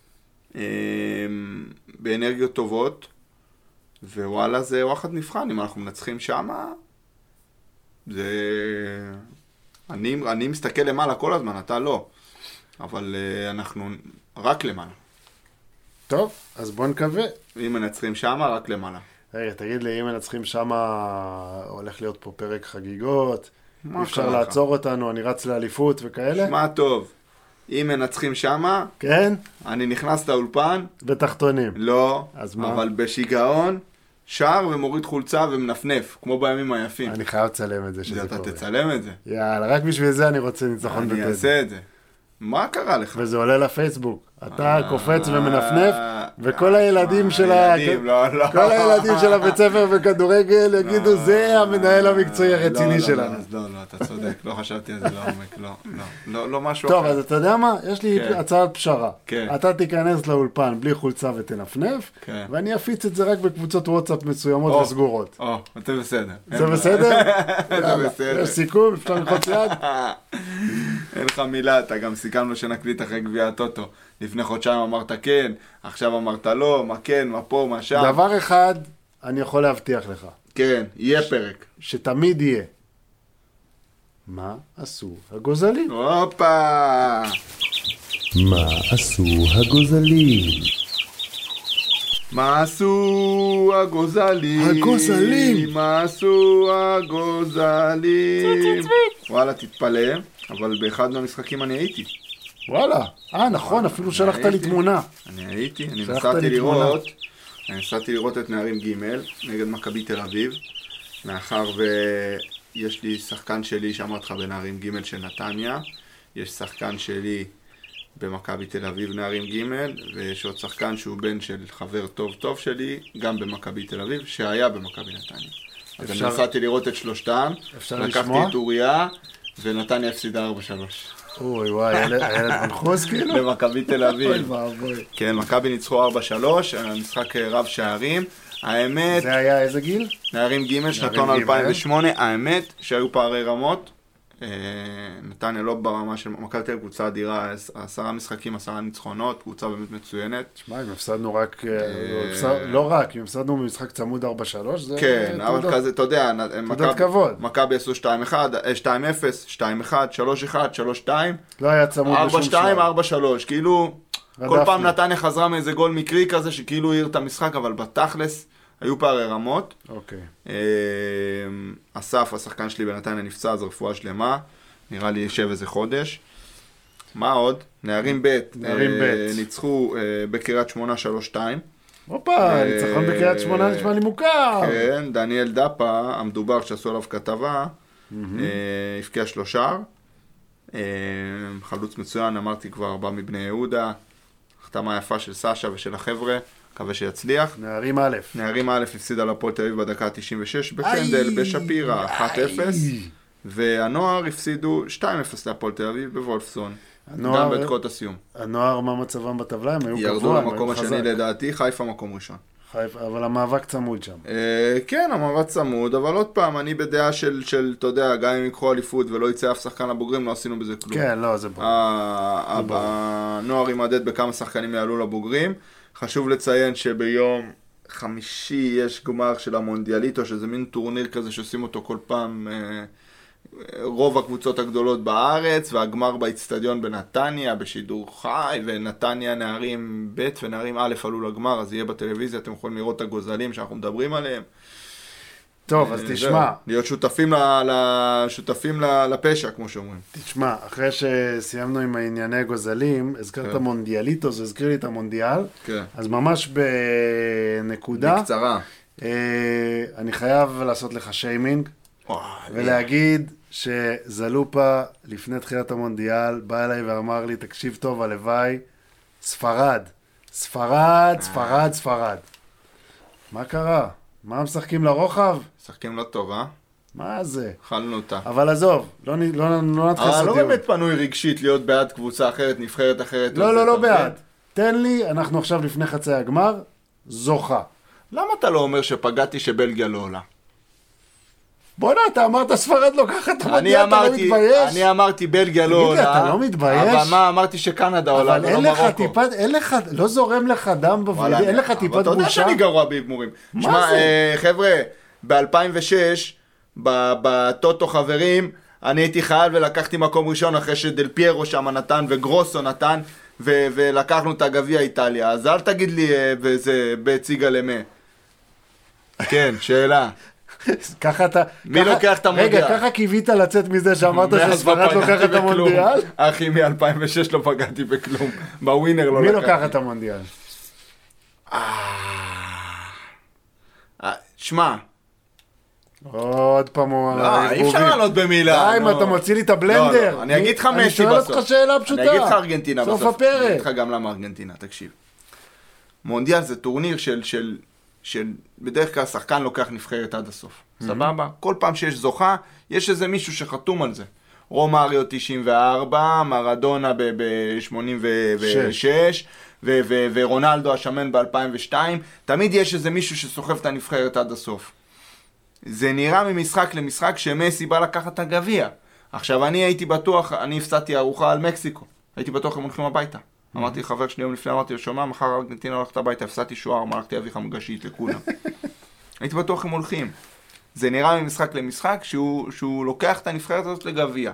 באנרגיות טובות, ווואלה זה וואחד נבחן, אם אנחנו מנצחים שמה, זה... אני, אני מסתכל למעלה כל הזמן, אתה לא. אבל uh, אנחנו רק למעלה. טוב, אז בוא נקווה. אם מנצחים שמה, רק למעלה. רגע, תגיד לי, אם מנצחים שמה, הולך להיות פה פרק חגיגות, אפשר לעצור אותנו, אני רץ לאליפות וכאלה? שמע טוב, אם מנצחים שמה, כן? אני נכנס לאולפן. בתחתונים. לא, אז מה? אבל בשיגעון. שר ומוריד חולצה ומנפנף, כמו בימים היפים. אני חייב לצלם את זה שזה אתה קורה. תצלם את זה. יאללה, רק בשביל זה אני רוצה ניצחון בטדי. אני אעשה את זה. מה קרה לך? וזה עולה לפייסבוק. אתה קופץ ומנפנף, וכל הילדים של ה... כל הילדים של הבית ספר וכדורגל יגידו, זה המנהל המקצועי הרציני שלנו. לא, לא, אתה צודק, לא חשבתי על זה לעומק, לא, לא, לא משהו אחר. טוב, אז אתה יודע מה? יש לי הצעת פשרה. כן. אתה תיכנס לאולפן בלי חולצה ותנפנף, ואני אפיץ את זה רק בקבוצות וואטסאפ מסוימות וסגורות. או, אתה בסדר. זה בסדר? אתה בסדר. יש סיכום, אפשר ללחוץ יד? אין לך מילה, אתה גם סיכמנו שנקליט אחרי גביע הטוטו. לפני חודשיים אמרת כן, עכשיו אמרת לא, מה כן, מה פה, מה שם. דבר אחד אני יכול להבטיח לך. כן, יהיה פרק. שתמיד יהיה. מה עשו הגוזלים? הופה! מה עשו הגוזלים? מה עשו הגוזלים? הגוזלים! מה עשו הגוזלים? וואלה, תתפלא, אבל באחד מהמשחקים אני הייתי. וואלה, אה נכון, אפילו שלחת לי תמונה. אני הייתי, אני נסעתי לראות, אני נסעתי לראות את נערים ג' נגד מכבי תל אביב, מאחר ויש לי שחקן שלי שאמרת לך בנערים ג' של נתניה, יש שחקן שלי במכבי תל אביב נערים ג' ויש עוד שחקן שהוא בן של חבר טוב טוב שלי, גם במכבי תל אביב, שהיה במכבי נתניה. אז אני נסעתי לראות את שלושתם, לקחתי את אוריה ונתניה הפסידה ארבע שלוש. אוי וואי, הילד מנחוס כאילו? במכבי תל אביב. אוי ואבוי. כן, מכבי ניצחו ארבע שלוש, משחק רב שערים. האמת... זה היה איזה גיל? נערים ג' שנתון אלפיים ושמונה. האמת שהיו פערי רמות. נתניה לא ברמה של מכבי תל אביב, קבוצה אדירה, עשרה משחקים, עשרה ניצחונות, קבוצה באמת מצוינת. שמע, אם הפסדנו רק... לא רק, אם הפסדנו במשחק צמוד ארבע שלוש, זה... כן, אבל כזה, אתה יודע... תעודת כבוד. מכבי עשו שתיים אחת, שתיים אפס, שתיים אחת, שלוש אחת, שלוש שתיים. לא היה צמוד בשום שלב. ארבע שתיים, ארבע שלוש, כאילו... כל פעם נתניה חזרה מאיזה גול מקרי כזה, שכאילו העיר את המשחק, אבל בתכלס היו פערי רמות. אוקיי. אסף, השחקן שלי בנתניה נפצע, אז רפואה שלמה. נראה לי ישב איזה חודש. מה עוד? נערים ב' נערים ב' ניצחו בקריית שמונה שלוש שתיים. הופה, ניצחון בקריית שמונה נשמע לי מוכר. כן, דניאל דאפה, המדובר שעשו עליו כתבה, הפקיע שלושה. חלוץ מצוין, אמרתי כבר, בא מבני יהודה. החתמה יפה של סשה ושל החבר'ה. מקווה שיצליח. נערים א'. נערים א' הפסידה לפועל תל אביב בדקה ה-תשעים ושש בפנדל בשפירה אחת אפס. והנוער הפסידו שתיים אפס להפועל תל אביב בוולפסון. גם בדקות הסיום. הנוער, מה מצבם בטבלה? הם היו ירדו למקום השני לדעתי, חיפה מקום ראשון. חיפה, אבל המאבק צמוד שם. כן, המאבק צמוד, אבל עוד פעם, אני בדעה של, אתה יודע, גם אם יקחו אליפות ולא יצא אף שחקן לבוגרים, לא עשינו בזה כלום. כן, לא, זה ברור. הנוער יימדד בכמה שחקנים יעלו לבוגרים. חשוב לציין שביום חמישי יש גמר של המונדיאליטו, שזה מין טורניר כזה שעושים אותו כל פעם רוב הקבוצות הגדולות בארץ, והגמר באצטדיון בנתניה, בשידור חי, ונתניה נערים ב' ונערים א' עלו לגמר, אז יהיה בטלוויזיה, אתם יכולים לראות את הגוזלים שאנחנו מדברים עליהם. טוב, אז תשמע. להיות שותפים, ל, ל, שותפים ל, לפשע, כמו שאומרים. תשמע, אחרי שסיימנו עם הענייני גוזלים, הזכרת כן. מונדיאליטו, זה הזכיר לי את המונדיאל, כן. אז ממש בנקודה. בקצרה. אה, אני חייב לעשות לך שיימינג, וואי, ולהגיד שזלופה, לפני תחילת המונדיאל, בא אליי ואמר לי, תקשיב טוב, הלוואי, ספרד, ספרד, ספרד, ספרד. מה קרה? מה משחקים לרוחב? משחקים לא טוב, אה? מה זה? אכלנו אותה. אבל עזוב, לא, לא, לא נתחיל אבל לעשות לא דיון. באמת פנוי רגשית להיות בעד קבוצה אחרת, נבחרת אחרת. לא, לא, לא בעד. תן לי, אנחנו עכשיו לפני חצי הגמר, זוכה. למה אתה לא אומר שפגעתי שבלגיה לא עולה? בוא'נה, אתה אמרת ספרד לוקחת את המונדיאל, אתה לא מתבייש? אני אמרתי בלגיה לא עולה. תגיד לי, אתה לא מתבייש? אבל מה, אמרתי שקנדה עולה, אבל אין לך טיפת, אין לך, לא זורם לך דם בווידאו, אין לך טיפת בושה. אתה יודע שאני גרוע בהימורים. מה זה? חבר'ה, ב-אלפיים ושש, בטוטו חברים, אני הייתי חייל ולקחתי מקום ראשון אחרי שדל פיירו שם נתן וגרוסו נתן, ולקחנו את הגביע איטליה. אז אל תגיד לי, וזה בציגה למה. כן, שאלה. ככה אתה... מי לוקח את המונדיאל? רגע, ככה קיווית לצאת מזה שאמרת שספרד לוקח את המונדיאל? אחי, מ-אלפיים ושש לא פגעתי בכלום. בווינר לא לקחתי. מי לוקח את המונדיאל? שמע. עוד פעם הוא... לא, אי אפשר לענות במילה. די, אם אתה מוציא לי את הבלנדר. לא, אני אגיד לך מסי בסוף. אני שואל אותך שאלה פשוטה. אני אגיד לך ארגנטינה בסוף. סוף הפרק. אני אגיד לך גם למה ארגנטינה, תקשיב. מונדיאל זה טורניר של... של... שבדרך כלל שחקן לוקח נבחרת עד הסוף. סבבה? כל פעם שיש זוכה, יש איזה מישהו שחתום על זה. רומאריו תשעים וארבע, מרדונה ב-שמונים ושש, ורונלדו השמן ב-אלפיים ושתיים. תמיד יש איזה מישהו שסוחב את הנבחרת עד הסוף. זה נראה ממשחק למשחק שמסי בא לקחת את הגביע. עכשיו, אני הייתי בטוח, אני הפסדתי ארוחה על מקסיקו. הייתי בטוח הם הולכים הביתה. אמרתי לחבר שני יום לפני, אמרתי לו, שומע, מחר ארגנטינה הולכת הביתה, הפסדתי שוער, הלכתי אביך מגשית לכולם. הייתי בטוח הם הולכים. זה נראה ממשחק למשחק שהוא, שהוא לוקח את הנבחרת הזאת לגביע.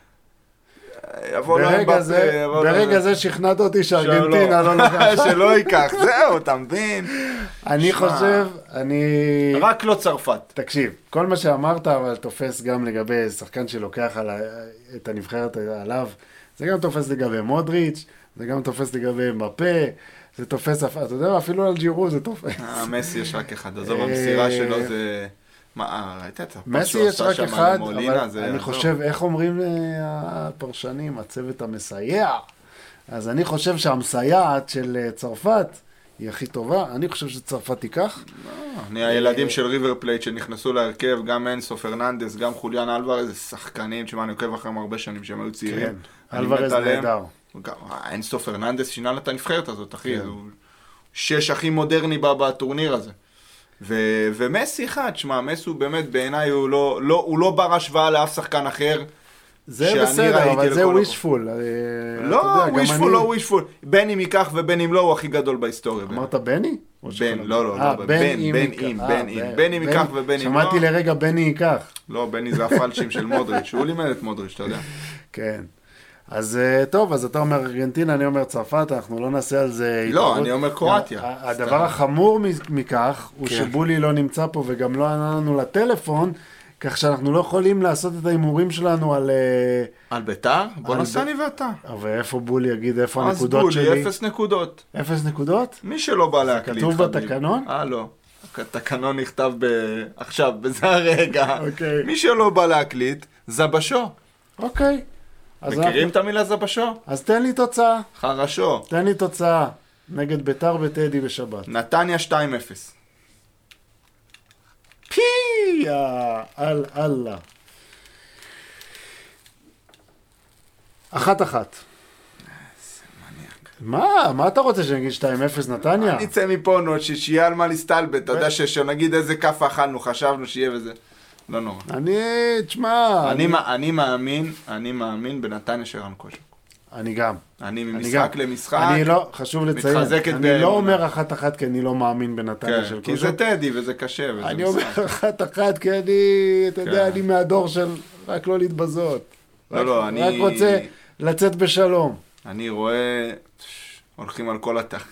ברגע זה, ברגע זה שכנעת אותי שארגנטינה לא לוקח. שלא ייקח, זהו, אתה מבין? אני חושב, אני... רק לא צרפת. תקשיב, כל מה שאמרת, אבל תופס גם לגבי שחקן שלוקח את הנבחרת עליו, זה גם תופס לגבי מודריץ', זה גם תופס לגבי מפה, זה תופס, אתה יודע, אפילו על ג'ירו זה תופס. אה, מסי יש רק אחד, עזוב, המסירה שלו זה... מה, ראית את זה? מסי יש רק אחד, אבל אני חושב, איך אומרים הפרשנים, הצוות המסייע? אז אני חושב שהמסייעת של צרפת היא הכי טובה, אני חושב שצרפת תיקח. אני, הילדים של ריבר פלייט שנכנסו להרכב, גם אנסו פרננדס, גם חוליאן אלוורז, זה שחקנים שמה אני עוקב אחריהם הרבה שנים שהם היו צעירים. כן, אלוורז נהדר. אנסו פרננדס שינה לה את הנבחרת הזאת, אחי, הוא שש הכי מודרני בטורניר הזה. ו- ומסי אחד, שמה, מסי הוא באמת בעיניי, הוא לא, לא, הוא לא בר השוואה לאף שחקן אחר. זה בסדר, אבל זה ווישפול. לא, ווישפול, לא ווישפול. בין אם ייקח ובין אם לא, הוא הכי גדול בהיסטוריה. אמרת בני? בן, לא, לא, לא, בן, בן, אם, בן, אם. בין אם ייקח ובין אם לא. שמעתי לרגע בני ייקח. לא, בני זה הפלשים של מודריץ', הוא לימד את מודריץ', אתה יודע. כן. אז טוב, אז אתה אומר ארגנטינה, אני אומר צרפת, אנחנו לא נעשה על זה... לא, אני אומר קרואטיה. הדבר החמור מכך, הוא שבולי לא נמצא פה וגם לא ענה לנו לטלפון, כך שאנחנו לא יכולים לעשות את ההימורים שלנו על... על ביתר? בוא נעשה אני ואתה. אבל איפה בולי יגיד, איפה הנקודות שלי? אז בולי, אפס נקודות. אפס נקודות? מי שלא בא להקליט. זה כתוב בתקנון? אה, לא. התקנון נכתב עכשיו, בזה הרגע. מי שלא בא להקליט, זבשו. אוקיי. מכירים את המילה זבשו? אז תן לי תוצאה. חרשו. תן לי תוצאה. נגד ביתר בטדי בשבת. נתניה שתיים אפס. פי! על אללה. אחת אחת. מה? מה אתה רוצה שנגיד שתיים אפס נתניה? אני אצא מפה נו, שיהיה על מה להסתלבט. אתה יודע שנגיד איזה כף אכלנו, חשבנו שיהיה וזה. לא נורא. אני, תשמע... אני, אני... אני מאמין, אני מאמין בנתניה שרן קוז'וק. אני גם. אני ממשחק אני למשחק. אני לא, חשוב לציין. אני לא אומר אחת אחת כי אני לא מאמין בנתניה כן, של קוז'וק. כי זה טדי וזה קשה. וזה אני משחק. אומר אחת אחת כי אני, אתה כן. יודע, אני מהדור של רק לא להתבזות. לא, לא, אני... רק רוצה לצאת בשלום. אני רואה, הולכים על כל התארים.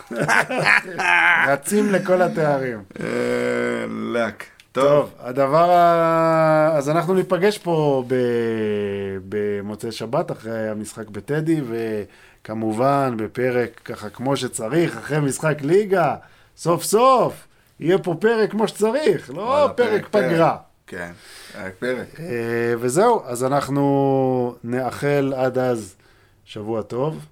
רצים לכל התארים. לק. טוב, הדבר ה... אז אנחנו ניפגש פה ב... במוצאי שבת אחרי המשחק בטדי, וכמובן בפרק ככה כמו שצריך, אחרי משחק ליגה, סוף סוף, יהיה פה פרק כמו שצריך, לא פרק פגרה. כן, פרק. וזהו, אז אנחנו נאחל עד אז שבוע טוב,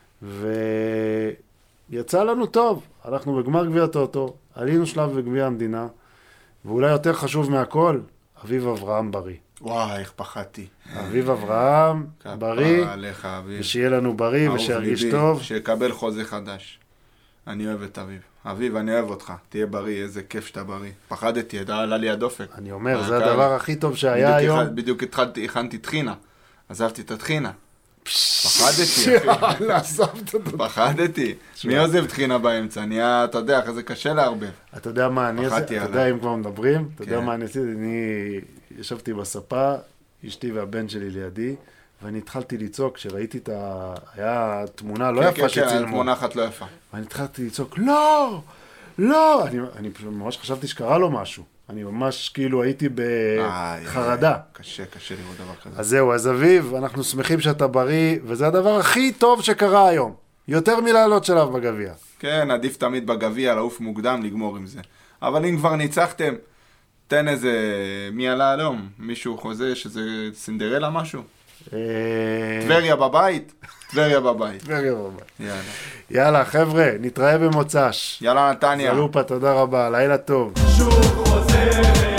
ויצא לנו טוב, אנחנו בגמר גביע הטוטו, עלינו שלב בגביע המדינה, ואולי יותר חשוב מהכל, אביב אברהם בריא. וואי, איך פחדתי. אביב אברהם בריא, עליך, אביב. ושיהיה לנו בריא ושירגיש טוב. שיקבל חוזה חדש. אני אוהב את אביב. אביב, אני אוהב אותך. תהיה בריא, איזה כיף שאתה בריא. פחדתי, עלה לי הדופק. אני אומר, זה הדבר הכי טוב שהיה היום. בדיוק התחלתי, הכנתי תחינה. עזבתי את התחינה. פחדתי, אחי. פחדתי. מי עוזב תחינה באמצע? נהיה, אתה יודע, זה קשה להרבה. אתה יודע מה אני עשיתי? אתה יודע אם כבר מדברים? אתה יודע מה אני עשיתי? אני ישבתי בספה, אשתי והבן שלי לידי, ואני התחלתי לצעוק, כשראיתי את ה... היה תמונה לא יפה שצילמו. כן, כן, תמונה אחת לא יפה. ואני התחלתי לצעוק, לא! לא! אני ממש חשבתי שקרה לו משהו. אני ממש כאילו הייתי בחרדה. קשה, קשה לראות דבר כזה. אז זהו, אז אביב, אנחנו שמחים שאתה בריא, וזה הדבר הכי טוב שקרה היום. יותר מלעלות שלב בגביע. כן, עדיף תמיד בגביע, לעוף מוקדם, לגמור עם זה. אבל אם כבר ניצחתם, תן איזה... מי עלה היום? מישהו חוזה שזה סינדרלה משהו? טבריה בבית? טבריה בבית. טבריה בבית. יאללה. יאללה, חבר'ה, נתראה במוצ"ש. יאללה, נתניה. זלופה, תודה רבה, לילה טוב. שוב חוזר